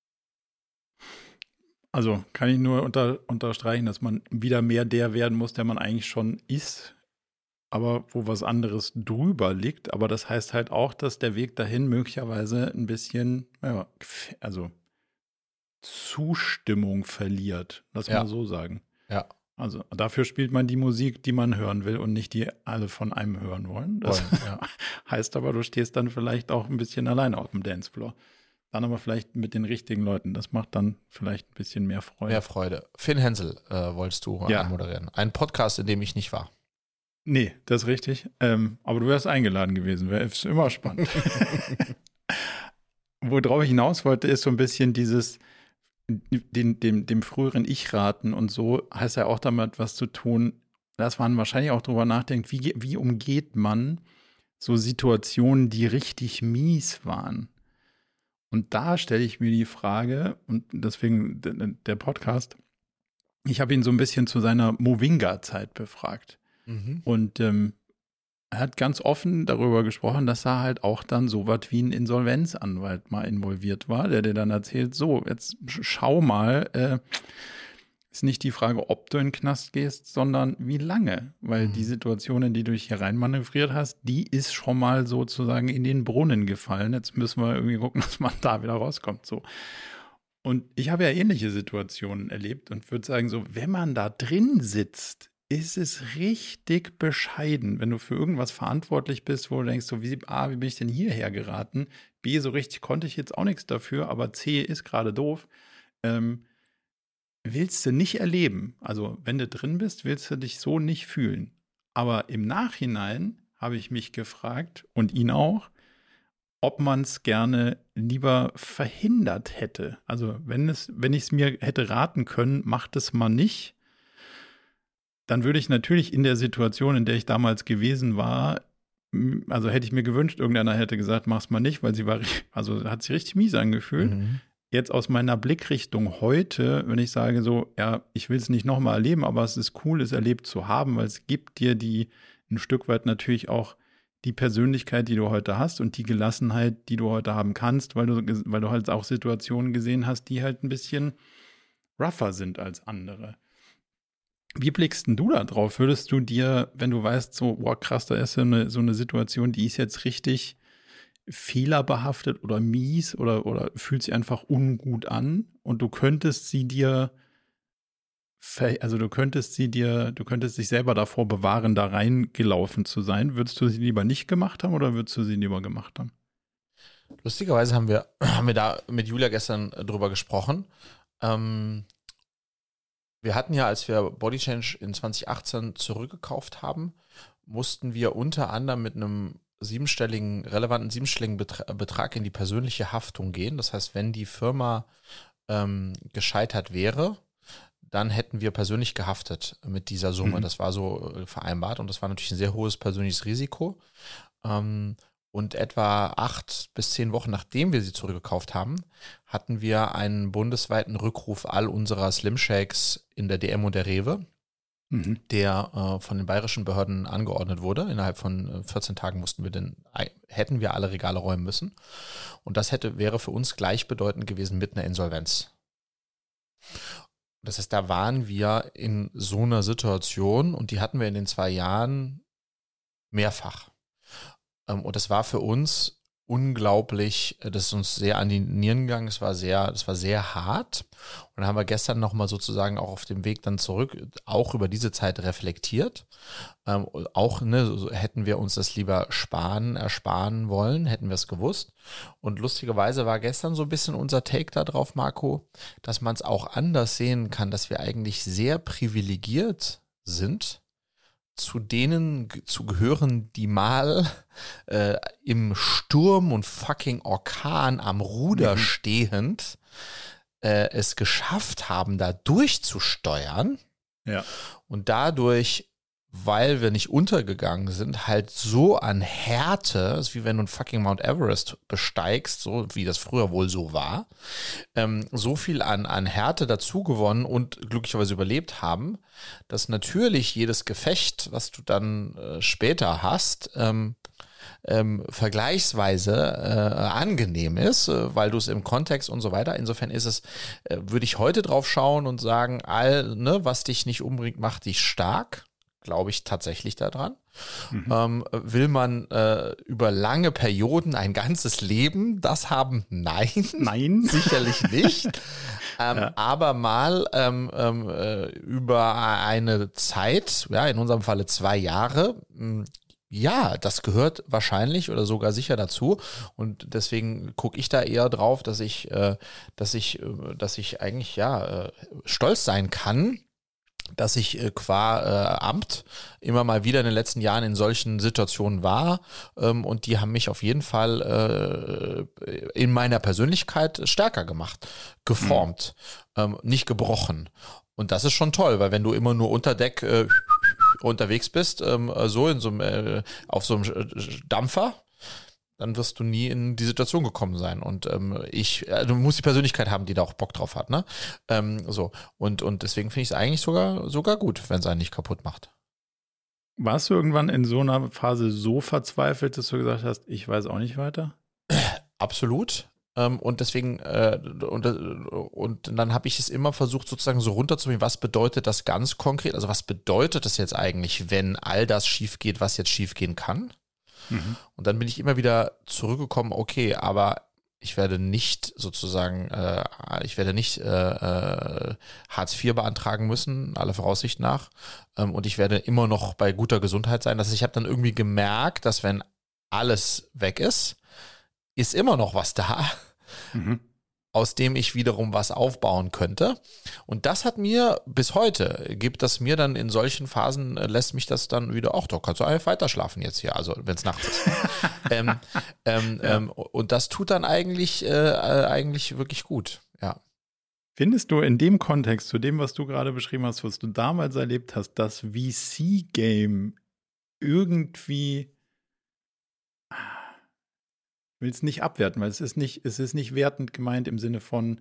Also kann ich nur unter, unterstreichen, dass man wieder mehr der werden muss, der man eigentlich schon ist, aber wo was anderes drüber liegt. Aber das heißt halt auch, dass der Weg dahin möglicherweise ein bisschen, ja, also Zustimmung verliert, lass ja. mal so sagen. Ja. Also dafür spielt man die Musik, die man hören will und nicht die alle von einem hören wollen. Das wollen, ja. heißt aber, du stehst dann vielleicht auch ein bisschen alleine auf dem Dancefloor. Dann aber vielleicht mit den richtigen Leuten. Das macht dann vielleicht ein bisschen mehr Freude. Mehr Freude. Finn Hensel äh, wolltest du ja. moderieren. Ein Podcast, in dem ich nicht war. Nee, das ist richtig. Ähm, aber du wärst eingeladen gewesen. Wäre immer spannend. Worauf ich hinaus wollte, ist so ein bisschen dieses den, dem, dem früheren Ich raten und so, heißt ja auch damit was zu tun, dass man wahrscheinlich auch drüber nachdenkt, wie, wie umgeht man so Situationen, die richtig mies waren. Und da stelle ich mir die Frage, und deswegen der Podcast, ich habe ihn so ein bisschen zu seiner Movinga-Zeit befragt. Mhm. Und ähm, er hat ganz offen darüber gesprochen, dass da halt auch dann so was wie ein Insolvenzanwalt mal involviert war, der dir dann erzählt, so, jetzt schau mal, äh, ist nicht die Frage, ob du in den Knast gehst, sondern wie lange. Weil mhm. die Situation, in die du dich hier reinmanövriert hast, die ist schon mal sozusagen in den Brunnen gefallen. Jetzt müssen wir irgendwie gucken, dass man da wieder rauskommt. So. Und ich habe ja ähnliche Situationen erlebt und würde sagen, so, wenn man da drin sitzt, ist es richtig bescheiden, wenn du für irgendwas verantwortlich bist, wo du denkst, so, wie, A, wie bin ich denn hierher geraten? B, so richtig konnte ich jetzt auch nichts dafür, aber C, ist gerade doof. Ähm, willst du nicht erleben. Also wenn du drin bist, willst du dich so nicht fühlen. Aber im Nachhinein habe ich mich gefragt und ihn auch, ob man es gerne lieber verhindert hätte. Also wenn es, wenn ich es mir hätte raten können, macht es mal nicht, dann würde ich natürlich in der Situation, in der ich damals gewesen war, also hätte ich mir gewünscht, irgendeiner hätte gesagt, mach's mal nicht, weil sie war, also hat sich richtig mies angefühlt. Mhm. Jetzt aus meiner Blickrichtung heute, wenn ich sage so, ja, ich will es nicht nochmal erleben, aber es ist cool, es erlebt zu haben, weil es gibt dir die ein Stück weit natürlich auch die Persönlichkeit, die du heute hast und die Gelassenheit, die du heute haben kannst, weil du, weil du halt auch Situationen gesehen hast, die halt ein bisschen rougher sind als andere. Wie blickst denn du da drauf? Würdest du dir, wenn du weißt, so, boah, krass, da ist so eine, so eine Situation, die ist jetzt richtig fehlerbehaftet oder mies oder, oder fühlt sich einfach ungut an und du könntest sie dir, also du könntest sie dir, du könntest dich selber davor bewahren, da reingelaufen zu sein. Würdest du sie lieber nicht gemacht haben oder würdest du sie lieber gemacht haben? Lustigerweise haben wir, haben wir da mit Julia gestern drüber gesprochen. Ähm, wir hatten ja, als wir Body Change in zwanzig achtzehn zurückgekauft haben, mussten wir unter anderem mit einem siebenstelligen, relevanten siebenstelligen Betrag in die persönliche Haftung gehen. Das heißt, wenn die Firma ähm, gescheitert wäre, dann hätten wir persönlich gehaftet mit dieser Summe. Mhm. Das war so äh, vereinbart und das war natürlich ein sehr hohes persönliches Risiko. Ähm, und etwa acht bis zehn Wochen, nachdem wir sie zurückgekauft haben, hatten wir einen bundesweiten Rückruf all unserer Slim Shakes in der D M und der Rewe, mhm. der äh, von den bayerischen Behörden angeordnet wurde. Innerhalb von vierzehn Tagen mussten wir den, hätten wir alle Regale räumen müssen. Und das hätte, wäre für uns gleichbedeutend gewesen mit einer Insolvenz. Das heißt, da waren wir in so einer Situation und die hatten wir in den zwei Jahren mehrfach. Und das war für uns unglaublich, das ist uns sehr an die Nieren gegangen, es war sehr, das war sehr hart. Und dann haben wir gestern nochmal sozusagen auch auf dem Weg dann zurück auch über diese Zeit reflektiert. Ähm, auch ne, so hätten wir uns das lieber sparen, ersparen wollen, hätten wir es gewusst. Und lustigerweise war gestern so ein bisschen unser Take da drauf, Marco, dass man es auch anders sehen kann, dass wir eigentlich sehr privilegiert sind, zu denen zu gehören, die mal äh, im Sturm und fucking Orkan am Ruder mhm. stehend äh, es geschafft haben, da durchzusteuern. Ja. Und dadurch, weil wir nicht untergegangen sind, halt so an Härte, ist wie wenn du ein fucking Mount Everest besteigst, so wie das früher wohl so war, ähm, so viel an, an Härte dazu gewonnen und glücklicherweise überlebt haben, dass natürlich jedes Gefecht, was du dann äh, später hast, ähm, ähm, vergleichsweise äh, angenehm ist, äh, weil du es im Kontext und so weiter, insofern ist es, äh, würde ich heute drauf schauen und sagen, all, ne, was dich nicht umbringt, macht dich stark. Glaube ich tatsächlich daran. Mhm. Ähm, will man äh, über lange Perioden ein ganzes Leben das haben? Nein. Nein. Sicherlich nicht. ähm, ja. Aber mal ähm, ähm, äh, über eine Zeit, ja, in unserem Falle zwei Jahre, mh, ja, das gehört wahrscheinlich oder sogar sicher dazu. Und deswegen gucke ich da eher drauf, dass ich, äh, dass ich, äh, dass ich eigentlich ja äh, stolz sein kann, dass ich äh, qua äh, Amt immer mal wieder in den letzten Jahren in solchen Situationen war ähm, und die haben mich auf jeden Fall äh, in meiner Persönlichkeit stärker gemacht, geformt, mhm. ähm, nicht gebrochen. Und das ist schon toll, weil wenn du immer nur unter Deck äh, unterwegs bist, ähm, so in so einem, äh, auf so einem Dampfer, dann wirst du nie in die Situation gekommen sein. Und ähm, ich, äh, du musst die Persönlichkeit haben, die da auch Bock drauf hat, ne? Ähm, so. Und, und deswegen finde ich es eigentlich sogar, sogar gut, wenn es einen nicht kaputt macht. Warst du irgendwann in so einer Phase so verzweifelt, dass du gesagt hast, ich weiß auch nicht weiter? Absolut. Ähm, und deswegen, äh, und, und dann habe ich es immer versucht, sozusagen so runterzubringen, was bedeutet das ganz konkret? Also was bedeutet das jetzt eigentlich, wenn all das schief geht, was jetzt schief gehen kann? Mhm. Und dann bin ich immer wieder zurückgekommen, okay, aber ich werde nicht sozusagen, äh, ich werde nicht äh, äh, Hartz vier beantragen müssen, aller Voraussicht nach. Ähm, und ich werde immer noch bei guter Gesundheit sein. Das heißt, ich habe dann irgendwie gemerkt, dass wenn alles weg ist, ist immer noch was da, mhm. aus dem ich wiederum was aufbauen könnte. Und das hat mir bis heute, gibt das mir dann in solchen Phasen, lässt mich das dann wieder, ach, doch kannst du einfach weiter schlafen jetzt hier, also wenn es nachts ist. ähm, ähm, ja. ähm, und das tut dann eigentlich, äh, eigentlich wirklich gut, ja. Findest du in dem Kontext, zu dem, was du gerade beschrieben hast, was du damals erlebt hast, das V C-Game irgendwie, ich will es nicht abwerten, weil es ist nicht, es ist nicht wertend gemeint im Sinne von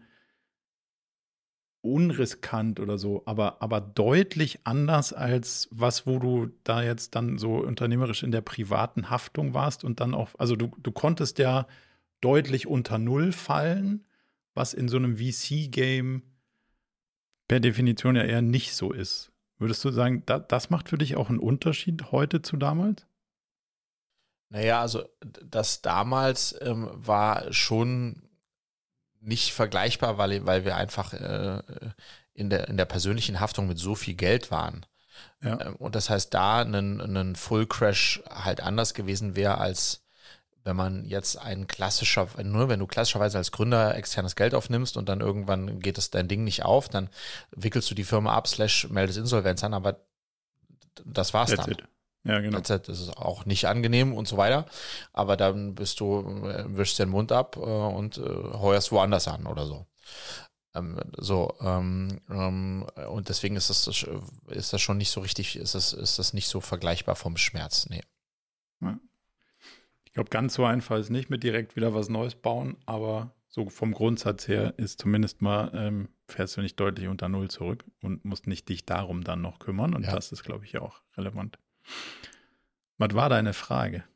unriskant oder so, aber, aber deutlich anders als was, wo du da jetzt dann so unternehmerisch in der privaten Haftung warst und dann auch, also du, du konntest ja deutlich unter Null fallen, was in so einem V C-Game per Definition ja eher nicht so ist. Würdest du sagen, da, das macht für dich auch einen Unterschied heute zu damals? Naja, also das damals ähm, war schon nicht vergleichbar, weil, weil wir einfach äh, in, der, in der persönlichen Haftung mit so viel Geld waren. Ja. Ähm, und das heißt, da ein, ein Full Crash halt anders gewesen wäre, als wenn man jetzt ein klassischer, nur wenn du klassischerweise als Gründer externes Geld aufnimmst und dann irgendwann geht es dein Ding nicht auf, dann wickelst du die Firma ab, slash meldest Insolvenz an, aber das war's That's dann. It. Ja, genau. Das ist auch nicht angenehm und so weiter. Aber dann bist du, wischst den Mund ab äh, und äh, heuerst woanders an oder so. Ähm, so, ähm, ähm, und deswegen ist das, ist das schon nicht so richtig, ist das, ist das nicht so vergleichbar vom Schmerz. Nee. Ja. Ich glaube, ganz so einfach ist nicht mit direkt wieder was Neues bauen, aber so vom Grundsatz her ist zumindest mal, ähm, fährst du nicht deutlich unter Null zurück und musst nicht dich darum dann noch kümmern. Und ja. das ist, glaube ich, auch relevant. Was war deine Frage?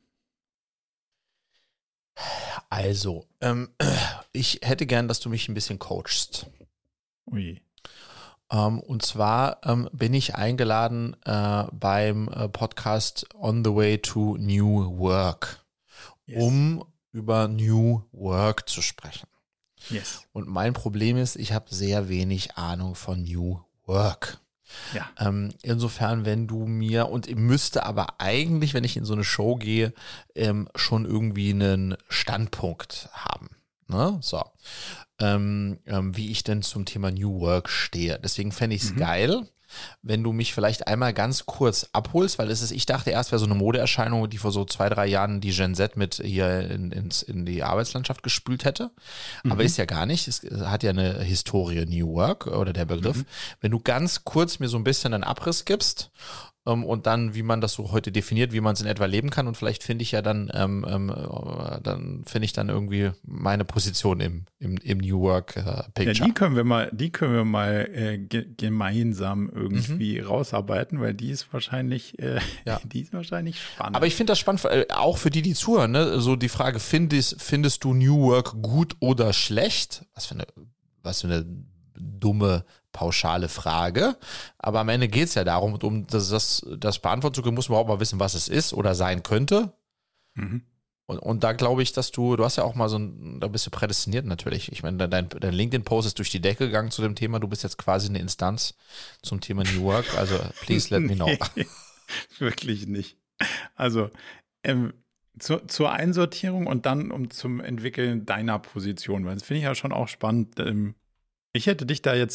Also, ähm, ich hätte gern, dass du mich ein bisschen coachst. Ui. Ähm, und zwar ähm, bin ich eingeladen äh, beim äh, Podcast On the Way to New Work, yes. um über New Work zu sprechen. Yes. Und mein Problem ist, ich habe sehr wenig Ahnung von New Work. Ja. Ähm, insofern, wenn du mir, und ich müsste aber eigentlich, wenn ich in so eine Show gehe, ähm, schon irgendwie einen Standpunkt haben. Ne? So. Ähm, ähm, wie ich denn zum Thema New Work stehe. Deswegen fände ich es mhm. geil, wenn du mich vielleicht einmal ganz kurz abholst, weil es ist, ich dachte erst wäre so eine Modeerscheinung, die vor so zwei, drei Jahren die Gen Z mit hier in, ins, in die Arbeitslandschaft gespült hätte. Mhm. Aber ist ja gar nicht. Es hat ja eine Historie, New Work oder der Begriff. Mhm. Wenn du ganz kurz mir so ein bisschen einen Abriss gibst, ähm, und dann, wie man das so heute definiert, wie man es in etwa leben kann, und vielleicht finde ich ja dann, ähm, ähm, dann finde ich dann irgendwie meine Position im, im, im New Work äh, Picture. Ja, die können wir mal, die können wir mal äh, ge- gemeinsam irgendwie mhm. rausarbeiten, weil die ist wahrscheinlich, äh, ja. die ist wahrscheinlich spannend. Aber ich finde das spannend, auch für die, die zuhören, ne? So die Frage, findest, findest du New Work gut oder schlecht? Was für eine, was für eine dumme, pauschale Frage. Aber am Ende geht es ja darum, um das, das, das beantworten zu können, muss man überhaupt mal wissen, was es ist oder sein könnte. Mhm. Und, und da glaube ich, dass du, du hast ja auch mal so ein, da bist du prädestiniert natürlich. Ich meine, dein, dein LinkedIn-Post ist durch die Decke gegangen zu dem Thema. Du bist jetzt quasi eine Instanz zum Thema New Work. Also, please let me know. Nee, wirklich nicht. Also, ähm, zu, zur Einsortierung und dann um zum Entwickeln deiner Position, weil das finde ich ja schon auch spannend. Ähm, ich hätte dich da jetzt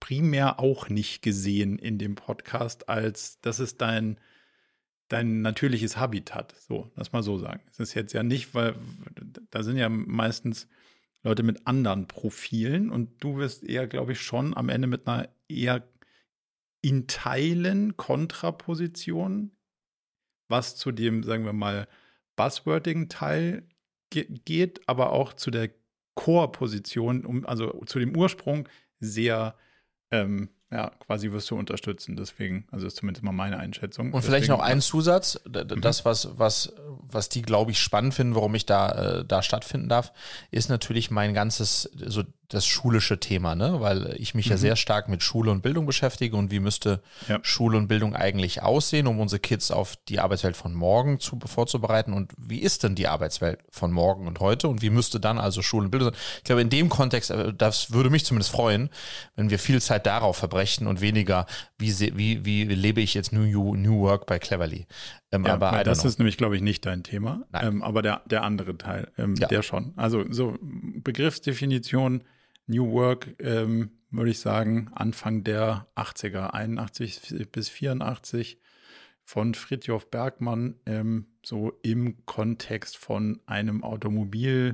primär auch nicht gesehen in dem Podcast, als das ist dein, dein natürliches Habitat. So, lass mal so sagen. Es ist jetzt ja nicht, weil da sind ja meistens Leute mit anderen Profilen und du wirst eher, glaube ich, schon am Ende mit einer eher in Teilen Kontraposition, was zu dem, sagen wir mal, buzzwordigen Teil ge- geht, aber auch zu der Core-Position, um, also zu dem Ursprung sehr, ähm, ja, quasi wirst du unterstützen. Deswegen, also das ist zumindest mal meine Einschätzung. Und Deswegen, vielleicht noch ein Zusatz, das, was, was, was die, glaube ich, spannend finden, warum ich da, äh, da stattfinden darf, ist natürlich mein ganzes, so das schulische Thema, ne? Weil ich mich mhm. ja sehr stark mit Schule und Bildung beschäftige und wie müsste ja. Schule und Bildung eigentlich aussehen, um unsere Kids auf die Arbeitswelt von morgen zu, vorzubereiten und wie ist denn die Arbeitswelt von morgen und heute und wie müsste dann also Schule und Bildung sein? Ich glaube, in dem Kontext, das würde mich zumindest freuen, wenn wir viel Zeit darauf verbrechen und weniger, wie, wie, wie lebe ich jetzt New, New Work bei Cleverly. Ähm, ja, aber das ist nämlich, glaube ich, nicht dein Thema, ähm, aber der, der andere Teil, ähm, ja. der schon. Also so Begriffsdefinition, New Work, ähm, würde ich sagen, Anfang der achtziger, einundachtzig bis vierundachtzig von Fridtjof Bergmann, ähm, so im Kontext von einem Automobilkonzern,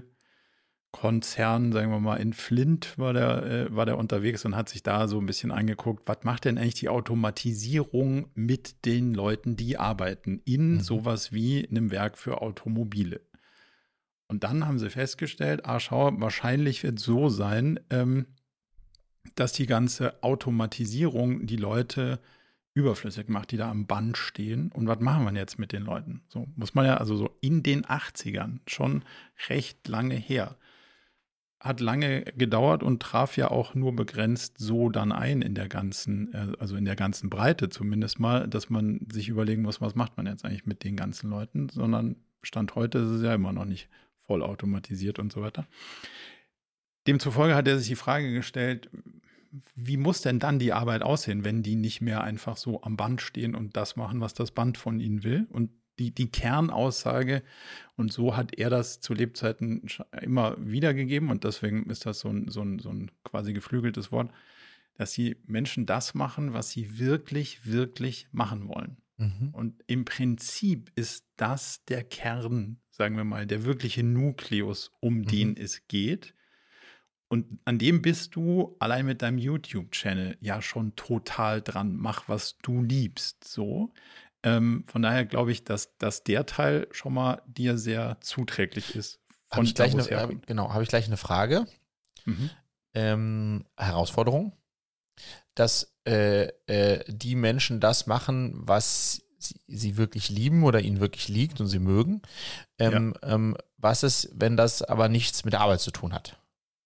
sagen wir mal, in Flint war der, äh, war der unterwegs und hat sich da so ein bisschen angeguckt, was macht denn eigentlich die Automatisierung mit den Leuten, die arbeiten in mhm. sowas wie einem Werk für Automobile. Und dann haben sie festgestellt, ah, schau, wahrscheinlich wird es so sein, ähm, dass die ganze Automatisierung die Leute überflüssig macht, die da am Band stehen. Und was machen wir jetzt mit den Leuten? So muss man ja, also so in den achtzigern, schon recht lange her. Hat lange gedauert und traf ja auch nur begrenzt so dann ein in der ganzen, also in der ganzen Breite zumindest mal, dass man sich überlegen muss, was macht man jetzt eigentlich mit den ganzen Leuten, sondern Stand heute ist es ja immer noch nicht vollautomatisiert und so weiter. Demzufolge hat er sich die Frage gestellt, wie muss denn dann die Arbeit aussehen, wenn die nicht mehr einfach so am Band stehen und das machen, was das Band von ihnen will? Und die, die Kernaussage, und so hat er das zu Lebzeiten immer wiedergegeben und deswegen ist das so ein, so ein, so ein quasi geflügeltes Wort, dass die Menschen das machen, was sie wirklich, wirklich machen wollen. Mhm. Und im Prinzip ist das der Kern, sagen wir mal, der wirkliche Nukleus, um mhm. den es geht. Und an dem bist du allein mit deinem YouTube-Channel ja schon total dran. Mach, was du liebst. So. Ähm, von daher glaube ich, dass, dass der Teil schon mal dir sehr zuträglich ist. Habe ich, gleich eine, hab, genau, hab ich gleich eine Frage. Mhm. Ähm, Herausforderung. Dass äh, äh, die Menschen das machen, was sie, sie wirklich lieben oder ihnen wirklich liegt und sie mögen. Ähm, ja. ähm, was ist, wenn das aber nichts mit der Arbeit zu tun hat?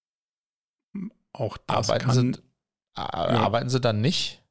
Auch das arbeiten kann... Sie, ja. Arbeiten Sie dann nicht?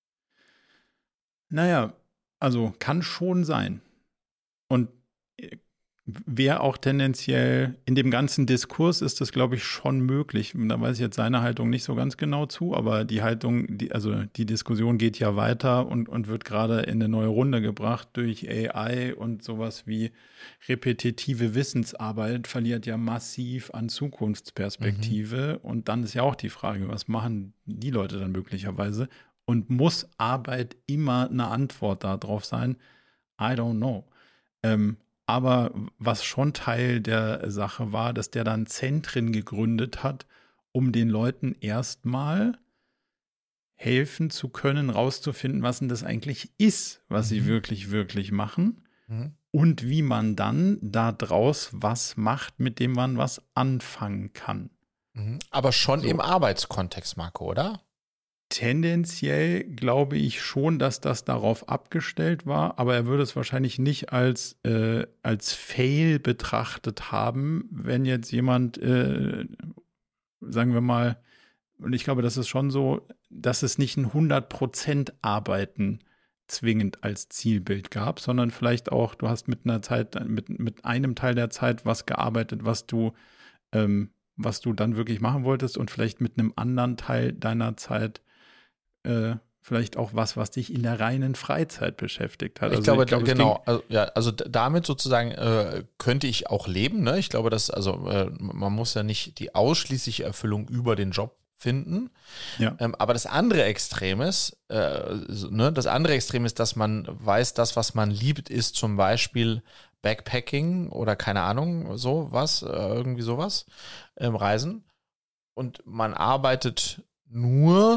Naja, also kann schon sein. Und wäre auch tendenziell, in dem ganzen Diskurs ist das, glaube ich, schon möglich. Da weiß ich jetzt seine Haltung nicht so ganz genau zu, aber die Haltung, die, also die Diskussion geht ja weiter und, und wird gerade in eine neue Runde gebracht durch A I und sowas wie repetitive Wissensarbeit verliert ja massiv an Zukunftsperspektive. Mhm. Und dann ist ja auch die Frage, was machen die Leute dann möglicherweise? Und muss Arbeit immer eine Antwort darauf sein? I don't know. Ähm, Aber was schon Teil der Sache war, dass der dann Zentren gegründet hat, um den Leuten erstmal helfen zu können, rauszufinden, was denn das eigentlich ist, was mhm. sie wirklich, wirklich machen. Mhm. Und wie man dann daraus was macht, mit dem man was anfangen kann. Mhm. Aber schon so. Im Arbeitskontext, Marco, oder? Tendenziell glaube ich schon, dass das darauf abgestellt war, aber er würde es wahrscheinlich nicht als, äh, als Fail betrachtet haben, wenn jetzt jemand, äh, sagen wir mal, und ich glaube, das ist schon so, dass es nicht ein hundert Prozent Arbeiten zwingend als Zielbild gab, sondern vielleicht auch, du hast mit einer Zeit, mit, mit einem Teil der Zeit was gearbeitet, was du, ähm, was du dann wirklich machen wolltest und vielleicht mit einem anderen Teil deiner Zeit Äh, vielleicht auch was, was dich in der reinen Freizeit beschäftigt hat. Ich also glaube, ich glaube genau, also, ja, also damit sozusagen äh, könnte ich auch leben, ne? Ich glaube, dass, also äh, man muss ja nicht die ausschließliche Erfüllung über den Job finden. Ja. Ähm, aber das andere Extrem ist, äh, ne, das andere Extrem ist, dass man weiß, das, was man liebt, ist zum Beispiel Backpacking oder keine Ahnung, so was, äh, irgendwie sowas, ähm, Reisen. Und man arbeitet nur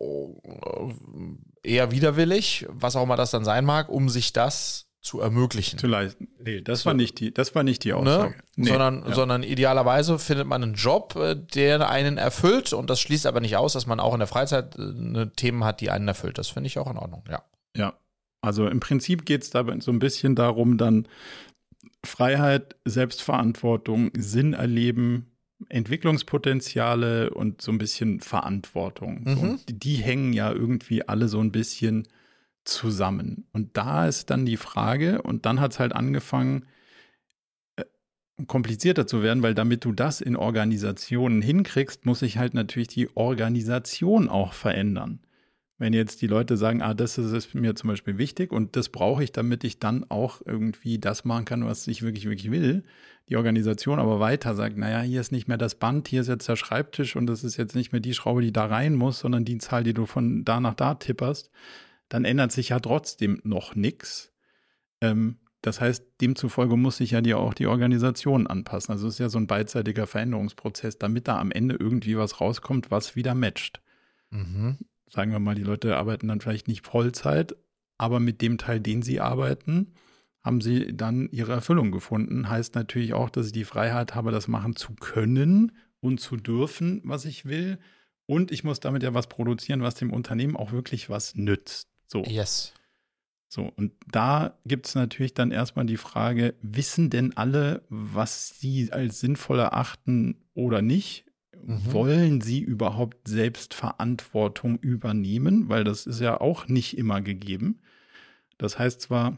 äh, eher widerwillig, was auch immer das dann sein mag, um sich das zu ermöglichen. Zu leisten. Nee, das war nicht die, das war nicht die Ne? Aussage. Nee, sondern, ja. sondern idealerweise findet man einen Job, äh, der einen erfüllt, und das schließt aber nicht aus, dass man auch in der Freizeit äh, ne, Themen hat, die einen erfüllt. Das finde ich auch in Ordnung, ja. Ja, also im Prinzip geht es dabei so ein bisschen darum, dann Freiheit, Selbstverantwortung, Sinn erleben, Entwicklungspotenziale und so ein bisschen Verantwortung. Mhm. So, und die, die hängen ja irgendwie alle so ein bisschen zusammen. Und da ist dann die Frage, und dann hat es halt angefangen, äh, komplizierter zu werden, weil damit du das in Organisationen hinkriegst, muss sich halt natürlich die Organisation auch verändern. Wenn jetzt die Leute sagen, ah, das ist, ist mir zum Beispiel wichtig und das brauche ich, damit ich dann auch irgendwie das machen kann, was ich wirklich, wirklich will, die Organisation aber weiter sagt, naja, hier ist nicht mehr das Band, hier ist jetzt der Schreibtisch und das ist jetzt nicht mehr die Schraube, die da rein muss, sondern die Zahl, die du von da nach da tipperst, dann ändert sich ja trotzdem noch nichts. Ähm, das heißt, demzufolge muss sich ja die, auch die Organisation anpassen. Also es ist ja so ein beidseitiger Veränderungsprozess, damit da am Ende irgendwie was rauskommt, was wieder matcht. Mhm. Sagen wir mal, die Leute arbeiten dann vielleicht nicht Vollzeit, aber mit dem Teil, den sie arbeiten, haben sie dann ihre Erfüllung gefunden. Heißt natürlich auch, dass ich die Freiheit habe, das machen zu können und zu dürfen, was ich will. Und ich muss damit ja was produzieren, was dem Unternehmen auch wirklich was nützt. So. Yes. So, und da gibt es natürlich dann erstmal die Frage, wissen denn alle, was sie als sinnvoll erachten oder nicht? Mhm. Wollen sie überhaupt Selbstverantwortung übernehmen? Weil das ist ja auch nicht immer gegeben. Das heißt zwar,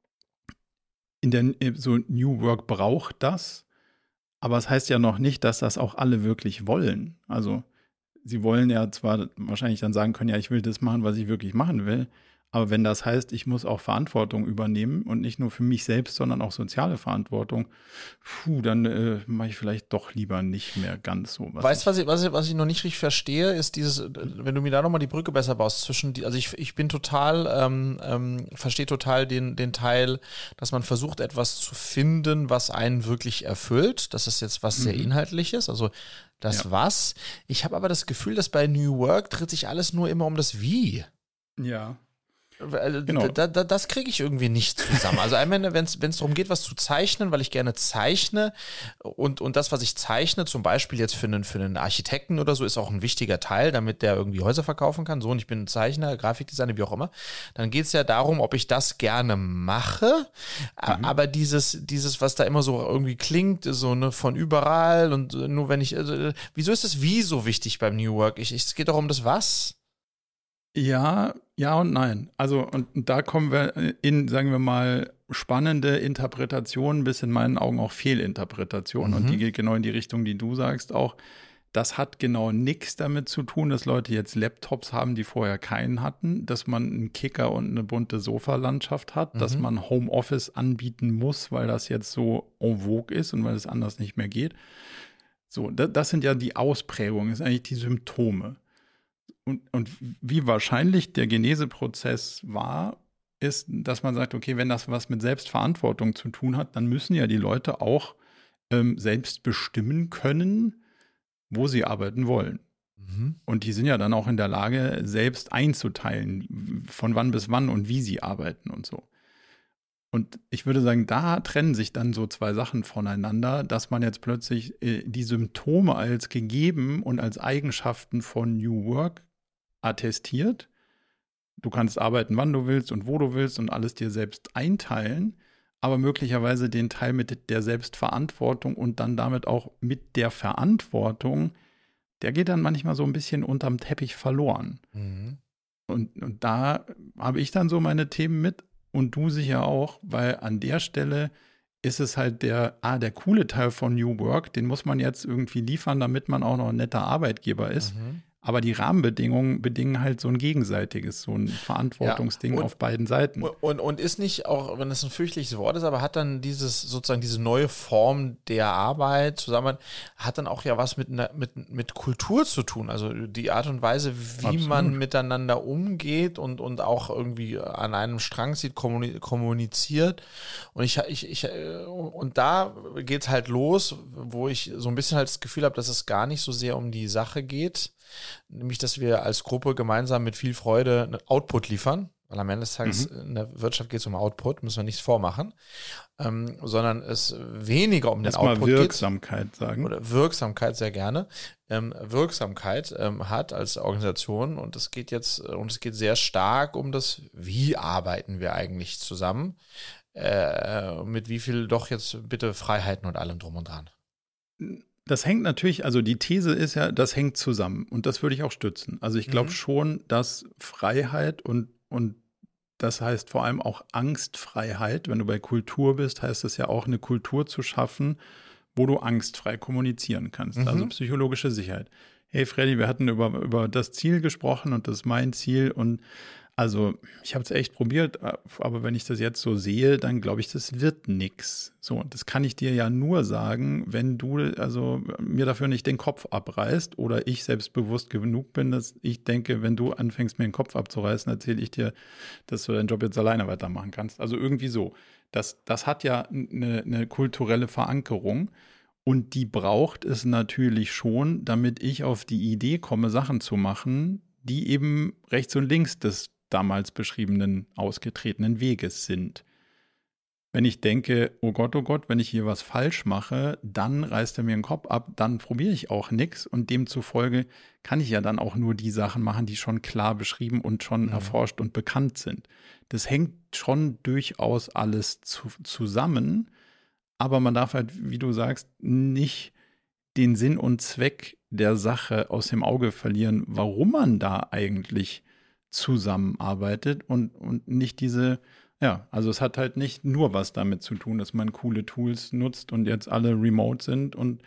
in der so New Work braucht das, aber es heißt ja noch nicht, dass das auch alle wirklich wollen. Also sie wollen ja zwar wahrscheinlich dann sagen können, ja, ich will das machen, was ich wirklich machen will, aber wenn das heißt, ich muss auch Verantwortung übernehmen und nicht nur für mich selbst, sondern auch soziale Verantwortung, puh, dann äh, mache ich vielleicht doch lieber nicht mehr ganz so. Was Weißt du, was ich, was, ich, was ich noch nicht richtig verstehe, ist dieses, wenn du mir da nochmal die Brücke besser baust zwischen, die, also ich, ich bin total, ähm, ähm, verstehe total den, den Teil, dass man versucht, etwas zu finden, was einen wirklich erfüllt. Das ist jetzt was sehr Mhm. Inhaltliches, also das Ja. Was. Ich habe aber das Gefühl, dass bei New Work dreht sich alles nur immer um das Wie. Ja. Also, Genau. da, da, das kriege ich irgendwie nicht zusammen. Also einmal, wenn es darum geht, was zu zeichnen, weil ich gerne zeichne und, und das, was ich zeichne, zum Beispiel jetzt für einen, für einen Architekten oder so, ist auch ein wichtiger Teil, damit der irgendwie Häuser verkaufen kann. So, und ich bin ein Zeichner, Grafikdesigner, wie auch immer. Dann geht es ja darum, ob ich das gerne mache. Mhm. Aber dieses, dieses, was da immer so irgendwie klingt, so ne, von überall und nur wenn ich, also, wieso ist das Wie so wichtig beim New Work? Ich, ich, es geht doch um das Was. Ja, ja und nein. Also, und da kommen wir in, sagen wir mal, spannende Interpretationen, bis in meinen Augen auch Fehlinterpretationen. Mhm. Und die geht genau in die Richtung, die du sagst auch. Das hat genau nichts damit zu tun, dass Leute jetzt Laptops haben, die vorher keinen hatten, dass man einen Kicker und eine bunte Sofalandschaft hat, mhm. dass man Homeoffice anbieten muss, weil das jetzt so en vogue ist und weil es anders nicht mehr geht. So, das, das sind ja die Ausprägungen, das sind eigentlich die Symptome. Und, und wie wahrscheinlich der Geneseprozess war, ist, dass man sagt, okay, wenn das was mit Selbstverantwortung zu tun hat, dann müssen ja die Leute auch ähm, selbst bestimmen können, wo sie arbeiten wollen. Mhm. Und die sind ja dann auch in der Lage, selbst einzuteilen, von wann bis wann und wie sie arbeiten und so. Und ich würde sagen, da trennen sich dann so zwei Sachen voneinander, dass man jetzt plötzlich äh, die Symptome als gegeben und als Eigenschaften von New Work attestiert. Du kannst arbeiten, wann du willst und wo du willst und alles dir selbst einteilen, aber möglicherweise den Teil mit der Selbstverantwortung und dann damit auch mit der Verantwortung, der geht dann manchmal so ein bisschen unterm Teppich verloren. Mhm. Und, und da habe ich dann so meine Themen mit und du sicher auch, weil an der Stelle ist es halt der, ah, der coole Teil von New Work, den muss man jetzt irgendwie liefern, damit man auch noch ein netter Arbeitgeber ist. Mhm. Aber die Rahmenbedingungen bedingen halt so ein gegenseitiges, so ein Verantwortungsding ja, und, auf beiden Seiten. Und, und ist nicht, auch wenn es ein fürchterliches Wort ist, aber hat dann dieses, sozusagen diese neue Form der Arbeit zusammen, hat dann auch ja was mit, mit, mit Kultur zu tun. Also die Art und Weise, wie Absolut. man miteinander umgeht und, und auch irgendwie an einem Strang zieht, kommuniziert. Und ich, ich, ich, und da geht's halt los, wo ich so ein bisschen halt das Gefühl habe, dass es gar nicht so sehr um die Sache geht, nämlich, dass wir als Gruppe gemeinsam mit viel Freude einen Output liefern, weil am Ende des Tages mhm. in der Wirtschaft geht es um Output, müssen wir nichts vormachen, ähm, sondern es weniger um den Erst Output mal Wirksamkeit geht, sagen. Oder Wirksamkeit, sehr gerne, ähm, Wirksamkeit ähm, hat als Organisation und es geht jetzt, und es geht sehr stark um das, wie arbeiten wir eigentlich zusammen, äh, mit wie viel doch jetzt bitte Freiheiten und allem drum und dran. Das hängt natürlich, also die These ist ja, das hängt zusammen und das würde ich auch stützen. Also ich glaube mhm. schon, dass Freiheit und, und das heißt vor allem auch Angstfreiheit, wenn du bei Kultur bist, heißt es ja auch eine Kultur zu schaffen, wo du angstfrei kommunizieren kannst, mhm. also psychologische Sicherheit. Hey Freddy, wir hatten über, über das Ziel gesprochen und das ist mein Ziel und also ich habe es echt probiert, aber wenn ich das jetzt so sehe, dann glaube ich, das wird nix. So, das kann ich dir ja nur sagen, wenn du also mir dafür nicht den Kopf abreißt oder ich selbstbewusst genug bin, dass ich denke, wenn du anfängst, mir den Kopf abzureißen, erzähle ich dir, dass du deinen Job jetzt alleine weitermachen kannst. Also irgendwie so. Das, das hat ja eine, eine kulturelle Verankerung und die braucht es natürlich schon, damit ich auf die Idee komme, Sachen zu machen, die eben rechts und links des damals beschriebenen ausgetretenen Weges sind. Wenn ich denke, oh Gott, oh Gott, wenn ich hier was falsch mache, dann reißt er mir den Kopf ab, dann probiere ich auch nichts und demzufolge kann ich ja dann auch nur die Sachen machen, die schon klar beschrieben und schon mhm. erforscht und bekannt sind. Das hängt schon durchaus alles zu, zusammen, aber man darf halt, wie du sagst, nicht den Sinn und Zweck der Sache aus dem Auge verlieren, warum man da eigentlich zusammenarbeitet und, und nicht diese, ja, also es hat halt nicht nur was damit zu tun, dass man coole Tools nutzt und jetzt alle remote sind und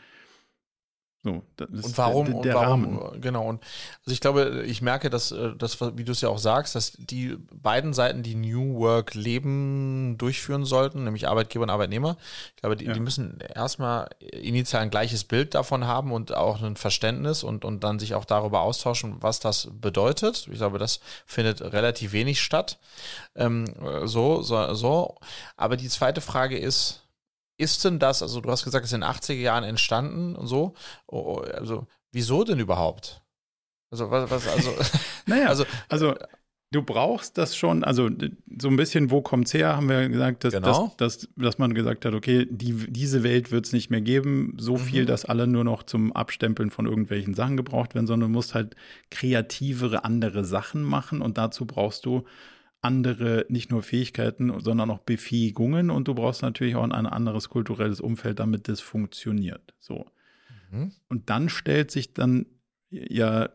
so. Das ist und warum, der, der und warum, Rahmen. Genau. Und also ich glaube, ich merke, dass, dass wie du es ja auch sagst, dass die beiden Seiten, die New Work Leben durchführen sollten, nämlich Arbeitgeber und Arbeitnehmer, ich glaube, die, ja. die müssen erstmal initial ein gleiches Bild davon haben und auch ein Verständnis und, und dann sich auch darüber austauschen, was das bedeutet. Ich glaube, das findet relativ wenig statt. Ähm, so, so, so. Aber die zweite Frage ist, ist denn das, also du hast gesagt, es ist in den achtziger Jahren entstanden und so, also wieso denn überhaupt? Also was, was also naja, also, also du brauchst das schon, also so ein bisschen, wo kommt's her, haben wir gesagt, dass, genau. dass, dass, dass man gesagt hat, okay, die, diese Welt wird es nicht mehr geben, so viel, mhm. dass alle nur noch zum Abstempeln von irgendwelchen Sachen gebraucht werden, sondern du musst halt kreativere, andere Sachen machen und dazu brauchst du andere, nicht nur Fähigkeiten, sondern auch Befähigungen und du brauchst natürlich auch ein anderes kulturelles Umfeld, damit das funktioniert. So. Mhm. Und dann stellt sich dann ja,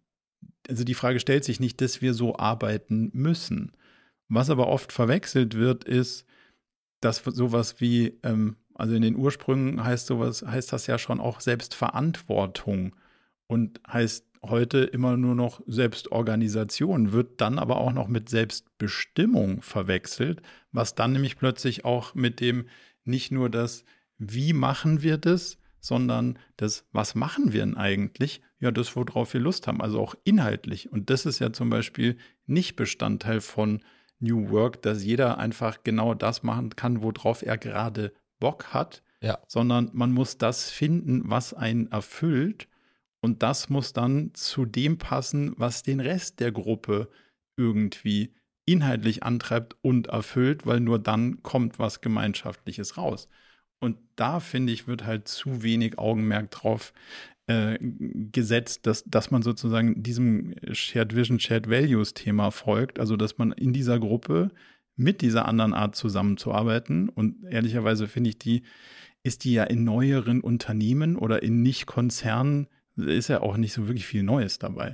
also die Frage stellt sich nicht, dass wir so arbeiten müssen. Was aber oft verwechselt wird, ist, dass sowas wie, ähm, also in den Ursprüngen heißt sowas, heißt das ja schon auch Selbstverantwortung und heißt heute immer nur noch Selbstorganisation, wird dann aber auch noch mit Selbstbestimmung verwechselt, was dann nämlich plötzlich auch mit dem nicht nur das, wie machen wir das, sondern das, was machen wir denn eigentlich? Ja, das, worauf wir Lust haben, also auch inhaltlich. Und das ist ja zum Beispiel nicht Bestandteil von New Work, dass jeder einfach genau das machen kann, worauf er gerade Bock hat, ja. sondern man muss das finden, was einen erfüllt. Und das muss dann zu dem passen, was den Rest der Gruppe irgendwie inhaltlich antreibt und erfüllt, weil nur dann kommt was Gemeinschaftliches raus. Und da, finde ich, wird halt zu wenig Augenmerk drauf äh, gesetzt, dass, dass man sozusagen diesem Shared Vision, Shared Values Thema folgt. Also, dass man in dieser Gruppe mit dieser anderen Art zusammenzuarbeiten. Und ehrlicherweise finde ich, die ist die ja in neueren Unternehmen oder in Nicht-Konzernen ist ja auch nicht so wirklich viel Neues dabei.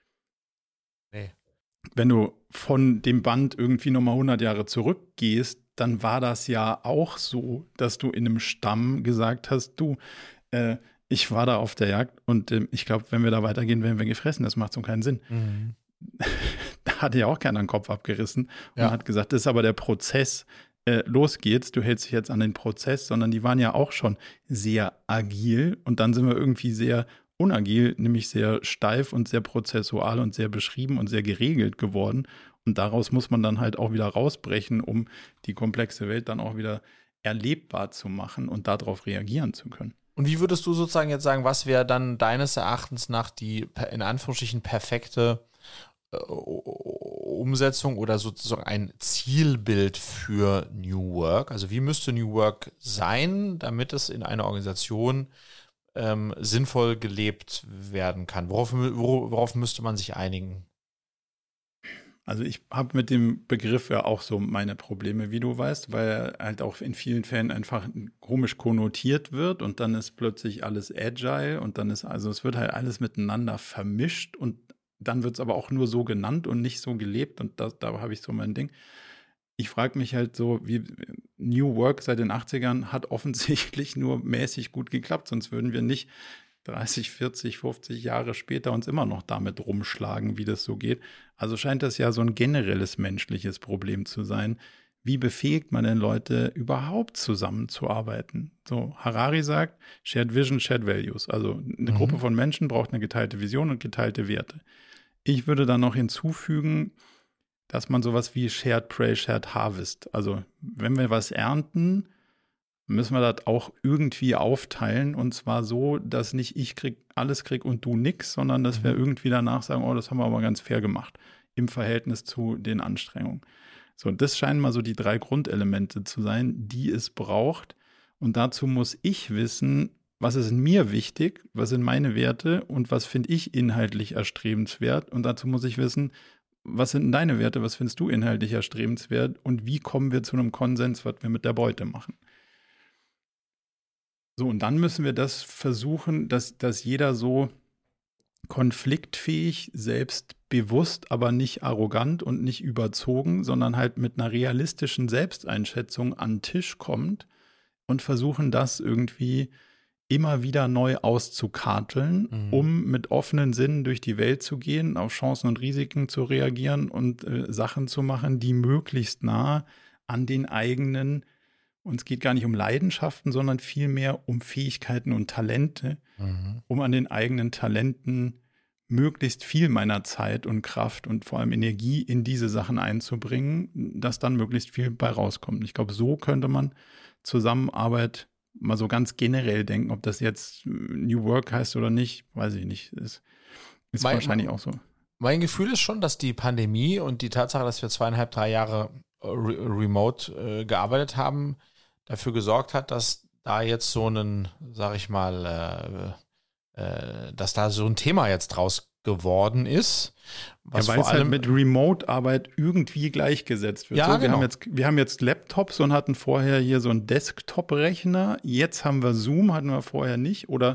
Nee. Wenn du von dem Band irgendwie nochmal hundert Jahre zurückgehst, dann war das ja auch so, dass du in einem Stamm gesagt hast, du, äh, ich war da auf der Jagd und äh, ich glaube, wenn wir da weitergehen, werden wir gefressen. Das macht so keinen Sinn. Mhm. Da hatte ja auch keiner den Kopf abgerissen und Ja. hat gesagt, das ist aber der Prozess. Äh, los geht's, du hältst dich jetzt an den Prozess, sondern die waren ja auch schon sehr agil und dann sind wir irgendwie sehr unagil, nämlich sehr steif und sehr prozessual und sehr beschrieben und sehr geregelt geworden. Und daraus muss man dann halt auch wieder rausbrechen, um die komplexe Welt dann auch wieder erlebbar zu machen und darauf reagieren zu können. Und wie würdest du sozusagen jetzt sagen, was wäre dann deines Erachtens nach die in Anführungsstrichen perfekte äh, Umsetzung oder sozusagen ein Zielbild für New Work? Also wie müsste New Work sein, damit es in einer Organisation ähm, sinnvoll gelebt werden kann? Worauf, wor- worauf müsste man sich einigen? Also ich habe mit dem Begriff ja auch so meine Probleme, wie du weißt, weil er halt auch in vielen Fällen einfach komisch konnotiert wird und dann ist plötzlich alles agile und dann ist, also es wird halt alles miteinander vermischt und dann wird es aber auch nur so genannt und nicht so gelebt und das, da habe ich so mein Ding. Ich frage mich halt so, wie New Work seit den achtzigern hat offensichtlich nur mäßig gut geklappt, sonst würden wir nicht dreißig, vierzig, fünfzig Jahre später uns immer noch damit rumschlagen, wie das so geht. Also scheint das ja so ein generelles menschliches Problem zu sein. Wie befähigt man denn Leute, überhaupt zusammenzuarbeiten? So, Harari sagt, Shared Vision, Shared Values. Also eine mhm. Gruppe von Menschen braucht eine geteilte Vision und geteilte Werte. Ich würde dann noch hinzufügen, dass man sowas wie Shared Prey, Shared Harvest, also wenn wir was ernten, müssen wir das auch irgendwie aufteilen und zwar so, dass nicht ich krieg alles krieg und du nix, sondern dass mhm. wir irgendwie danach sagen, oh, das haben wir aber ganz fair gemacht im Verhältnis zu den Anstrengungen. So, das scheinen mal so die drei Grundelemente zu sein, die es braucht und dazu muss ich wissen, was ist mir wichtig, was sind meine Werte und was finde ich inhaltlich erstrebenswert und dazu muss ich wissen, was sind deine Werte, was findest du inhaltlich erstrebenswert und wie kommen wir zu einem Konsens, was wir mit der Beute machen. So, und dann müssen wir das versuchen, dass, dass jeder so konfliktfähig, selbstbewusst, aber nicht arrogant und nicht überzogen, sondern halt mit einer realistischen Selbsteinschätzung an den Tisch kommt und versuchen, das irgendwie immer wieder neu auszukarteln, mhm. um mit offenen Sinnen durch die Welt zu gehen, auf Chancen und Risiken zu reagieren und äh, Sachen zu machen, die möglichst nah an den eigenen, und es geht gar nicht um Leidenschaften, sondern vielmehr um Fähigkeiten und Talente, mhm. um an den eigenen Talenten möglichst viel meiner Zeit und Kraft und vor allem Energie in diese Sachen einzubringen, dass dann möglichst viel bei rauskommt. Ich glaube, so könnte man Zusammenarbeit mal so ganz generell denken, ob das jetzt New Work heißt oder nicht, weiß ich nicht. Ist, ist mein, wahrscheinlich auch so. Mein Gefühl ist schon, dass die Pandemie und die Tatsache, dass wir zweieinhalb, drei Jahre re- remote äh, gearbeitet haben, dafür gesorgt hat, dass da jetzt so ein, sag ich mal, äh, äh, dass da so ein Thema jetzt draus geworden ist. Was ja, weil es halt mit Remote-Arbeit irgendwie gleichgesetzt wird. Ja, so, wir, genau. haben jetzt, wir haben jetzt Laptops und hatten vorher hier so einen Desktop-Rechner. Jetzt haben wir Zoom, hatten wir vorher nicht. Oder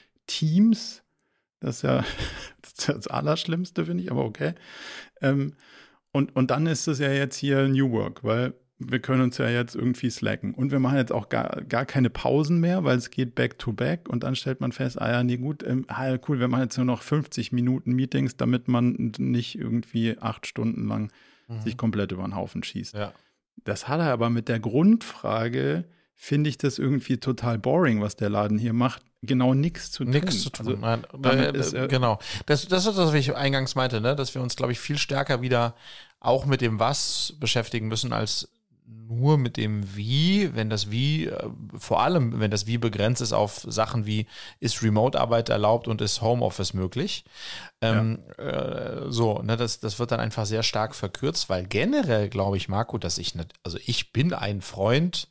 Teams. Das ist ja das, ist das Allerschlimmste, finde ich, aber okay. Ähm, und, und dann ist es ja jetzt hier New Work, weil wir können uns ja jetzt irgendwie slacken. Und wir machen jetzt auch gar, gar keine Pausen mehr, weil es geht back to back. Und dann stellt man fest, ah ja, nee, gut, ähm, ah, cool, wir machen jetzt nur noch fünfzig Minuten Meetings, damit man nicht irgendwie acht Stunden lang mhm. sich komplett über den Haufen schießt. Ja. Das hat er aber mit der Grundfrage, finde ich das irgendwie total boring, was der Laden hier macht, genau nichts zu tun. Nichts zu tun. Also, Nein, äh, ist, äh, genau. Das, das ist das, was ich eingangs meinte, ne? Dass wir uns, glaube ich, viel stärker wieder auch mit dem Was beschäftigen müssen, als nur mit dem Wie, wenn das Wie, vor allem, wenn das Wie begrenzt ist auf Sachen wie, ist Remote-Arbeit erlaubt und ist Homeoffice möglich. Ähm, ja. äh, so, ne, das, das wird dann einfach sehr stark verkürzt, weil generell glaube ich, Marco, dass ich nicht, also ich bin ein Freund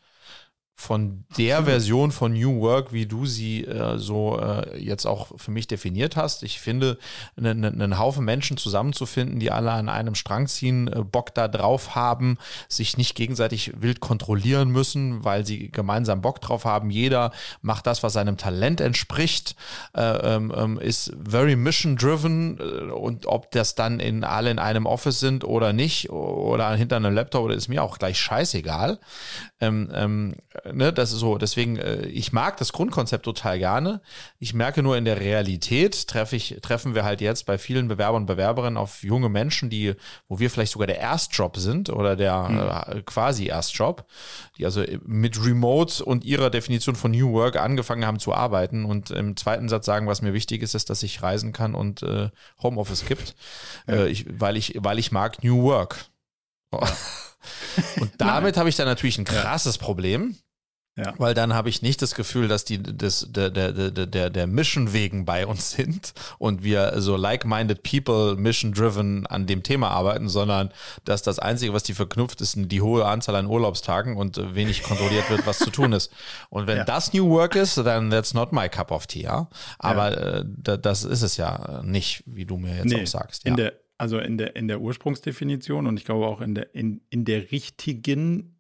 von der Absolut. Version von New Work, wie du sie äh, so äh, jetzt auch für mich definiert hast. Ich finde, einen ne, Haufen Menschen zusammenzufinden, die alle an einem Strang ziehen, äh, Bock da drauf haben, sich nicht gegenseitig wild kontrollieren müssen, weil sie gemeinsam Bock drauf haben. Jeder macht das, was seinem Talent entspricht, äh, ähm, ist very mission-driven äh, und ob das dann in alle in einem Office sind oder nicht oder hinter einem Laptop, oder ist mir auch gleich scheißegal. Ähm, ähm, ne, das ist so, deswegen, äh, ich mag das Grundkonzept total gerne. Ich merke nur in der Realität, treffe ich, treffen wir halt jetzt bei vielen Bewerbern und Bewerberinnen auf junge Menschen, die, wo wir vielleicht sogar der Erstjob sind oder der hm. äh, quasi Erstjob, die also mit Remote und ihrer Definition von New Work angefangen haben zu arbeiten und im zweiten Satz sagen, was mir wichtig ist, ist, dass ich reisen kann und äh, Homeoffice gibt, ja. äh, ich, weil ich, weil ich mag New Work. Oh. Und damit habe ich dann natürlich ein krasses ja. Problem, ja. weil dann habe ich nicht das Gefühl, dass die das, der, der, der, der, der Mission wegen bei uns sind und wir so like-minded people, mission-driven an dem Thema arbeiten, sondern dass das Einzige, was die verknüpft, ist die hohe Anzahl an Urlaubstagen und wenig kontrolliert wird, was zu tun ist. Und wenn ja. das New Work ist, dann that's not my cup of tea, ja. Aber ja. Äh, das ist es ja nicht, wie du mir jetzt nee, auch sagst. Ja. In der Also in der, in der Ursprungsdefinition und ich glaube auch in der, in, in der richtigen,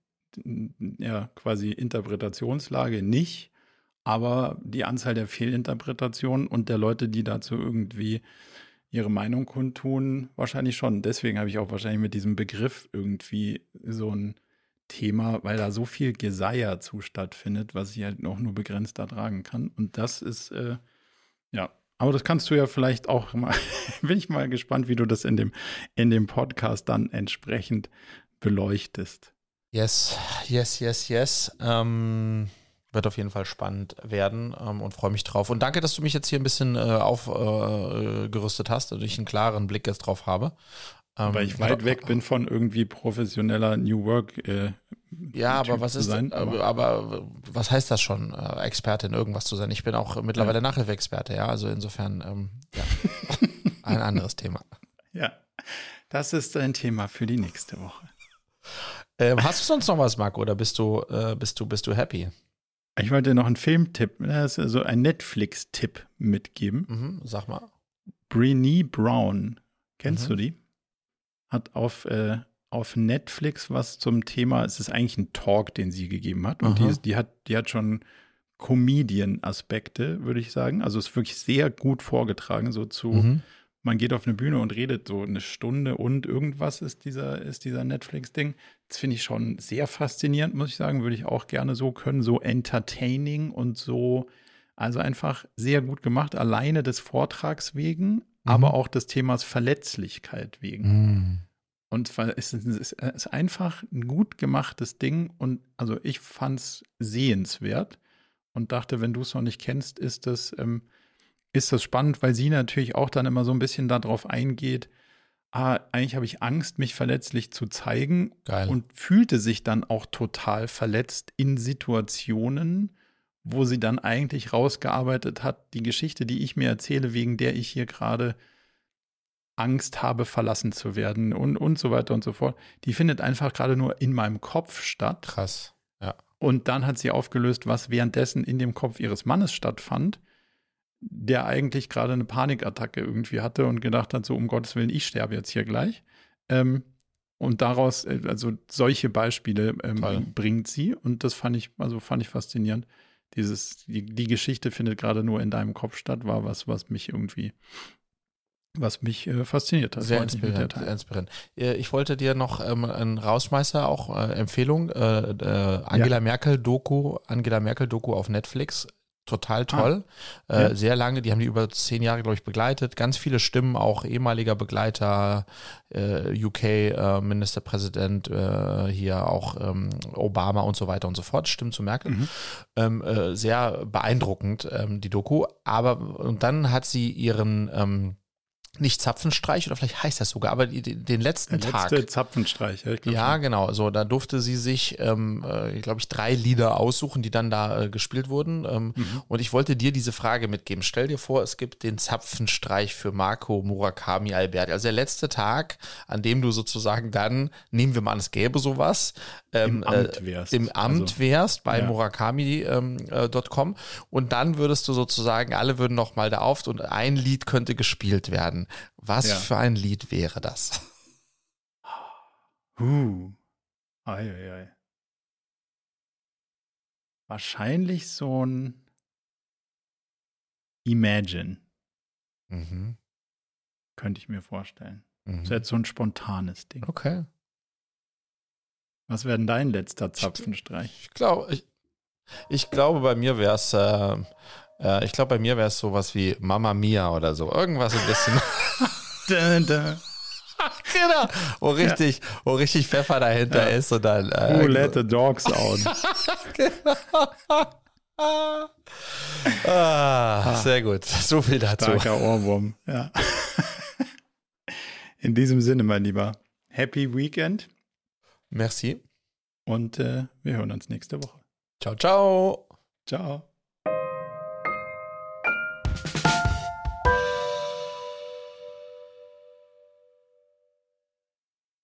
ja, quasi Interpretationslage nicht, aber die Anzahl der Fehlinterpretationen und der Leute, die dazu irgendwie ihre Meinung kundtun, wahrscheinlich schon. Deswegen habe ich auch wahrscheinlich mit diesem Begriff irgendwie so ein Thema, weil da so viel Geseier zu stattfindet, was ich halt auch nur begrenzt ertragen kann. Und das ist, äh, ja, aber das kannst du ja vielleicht auch mal, bin ich mal gespannt, wie du das in dem, in dem Podcast dann entsprechend beleuchtest. Yes, yes, yes, yes. Ähm, wird auf jeden Fall spannend werden ähm, und freue mich drauf. Und danke, dass du mich jetzt hier ein bisschen äh, aufgerüstet äh, hast und ich einen klaren Blick jetzt drauf habe. Ähm, Weil ich weit weg bin von irgendwie professioneller New Work. Äh, ja, aber was ist, sein, aber, aber was heißt das schon, äh, Experte in irgendwas zu sein? Ich bin auch mittlerweile ja. Nachhilfeexperte, ja, also insofern, ähm, ja, ein anderes Thema. Ja, das ist ein Thema für die nächste Woche. Ähm, hast du sonst noch was, Marco, oder bist du, äh, bist du, bist du happy? Ich wollte noch einen Filmtipp, das ist also ein Netflix-Tipp mitgeben. Mhm, sag mal. Brené Brown, kennst mhm. du die? Hat auf, äh, auf Netflix was zum Thema, es ist eigentlich ein Talk, den sie gegeben hat. Und die, die, hat, die hat schon Comedian-Aspekte, würde ich sagen. Also ist wirklich sehr gut vorgetragen, so zu, mhm. man geht auf eine Bühne und redet so eine Stunde und irgendwas ist dieser, ist dieser Netflix-Ding. Das finde ich schon sehr faszinierend, muss ich sagen. Würde ich auch gerne so können, so entertaining und so, also einfach sehr gut gemacht, alleine des Vortrags wegen, mhm. aber auch des Themas Verletzlichkeit wegen. Mhm. Und es ist einfach ein gut gemachtes Ding und also ich fand es sehenswert und dachte, wenn du es noch nicht kennst, ist das, ähm, ist das spannend, weil sie natürlich auch dann immer so ein bisschen darauf eingeht, ah, eigentlich habe ich Angst, mich verletzlich zu zeigen. Geil. Und fühlte sich dann auch total verletzt in Situationen, wo sie dann eigentlich rausgearbeitet hat, die Geschichte, die ich mir erzähle, wegen der ich hier gerade Angst habe, verlassen zu werden und, und so weiter und so fort, die findet einfach gerade nur in meinem Kopf statt. Krass, ja. Und dann hat sie aufgelöst, was währenddessen in dem Kopf ihres Mannes stattfand, der eigentlich gerade eine Panikattacke irgendwie hatte und gedacht hat, so um Gottes Willen, ich sterbe jetzt hier gleich. Ähm, und daraus, also solche Beispiele ähm, bringt sie und das fand ich, also fand ich faszinierend. Dieses, die, die Geschichte findet gerade nur in deinem Kopf statt, war was, was mich irgendwie was mich äh, fasziniert hat. Sehr inspirierend, sehr inspirierend. Ich wollte dir noch ähm, einen Rausschmeißer, auch äh, Empfehlung, äh, äh, Angela ja. Merkel Doku, Angela Merkel Doku auf Netflix. Total toll. Ah, äh, ja. Sehr lange, die haben die über zehn Jahre, glaube ich, begleitet. Ganz viele Stimmen, auch ehemaliger Begleiter, äh, U K-Ministerpräsident, äh, äh, hier auch ähm, Obama und so weiter und so fort. Stimmen zu Merkel. Mhm. Ähm, äh, sehr beeindruckend, ähm, die Doku. Aber, und dann hat sie ihren ähm, nicht Zapfenstreich, oder vielleicht heißt das sogar, aber die, den letzten Der Tag. Der letzte Zapfenstreich, ja. Ich ja, schon. Genau. So, da durfte sie sich, ähm, äh, glaube ich, drei Lieder aussuchen, die dann da äh, gespielt wurden. Ähm, mhm. Und ich wollte dir diese Frage mitgeben. Stell dir vor, es gibt den Zapfenstreich für Marco Murakami Alberti. Also der letzte Tag, an dem du sozusagen dann, nehmen wir mal an, es gäbe sowas, ähm, im Amt wärst. Äh, im Amt also, wärst bei ja. murakami Punkt com ähm, äh, und dann würdest du sozusagen, alle würden nochmal da auf und ein Lied könnte gespielt werden. Was ja. für ein Lied wäre das? Uh. Ei, ei, ei. Wahrscheinlich so ein Imagine. Mhm. Könnte ich mir vorstellen. Mhm. Das ist jetzt so ein spontanes Ding. Okay. Was wäre denn dein letzter Zapfenstreich? Ich glaube, ich, Ich glaube, bei mir wäre es, äh, äh, ich glaube, bei mir wäre es sowas wie Mamma Mia oder so. Irgendwas ein bisschen. da, da. Genau. Wo richtig, ja. wo richtig Pfeffer dahinter ja. ist und dann. Äh, Who let the dogs out? Genau. ah, sehr gut. So viel dazu. Starker Ohrwurm. Ja. In diesem Sinne, mein Lieber. Happy Weekend. Merci. Und äh, wir hören uns nächste Woche. Ciao, ciao. Ciao.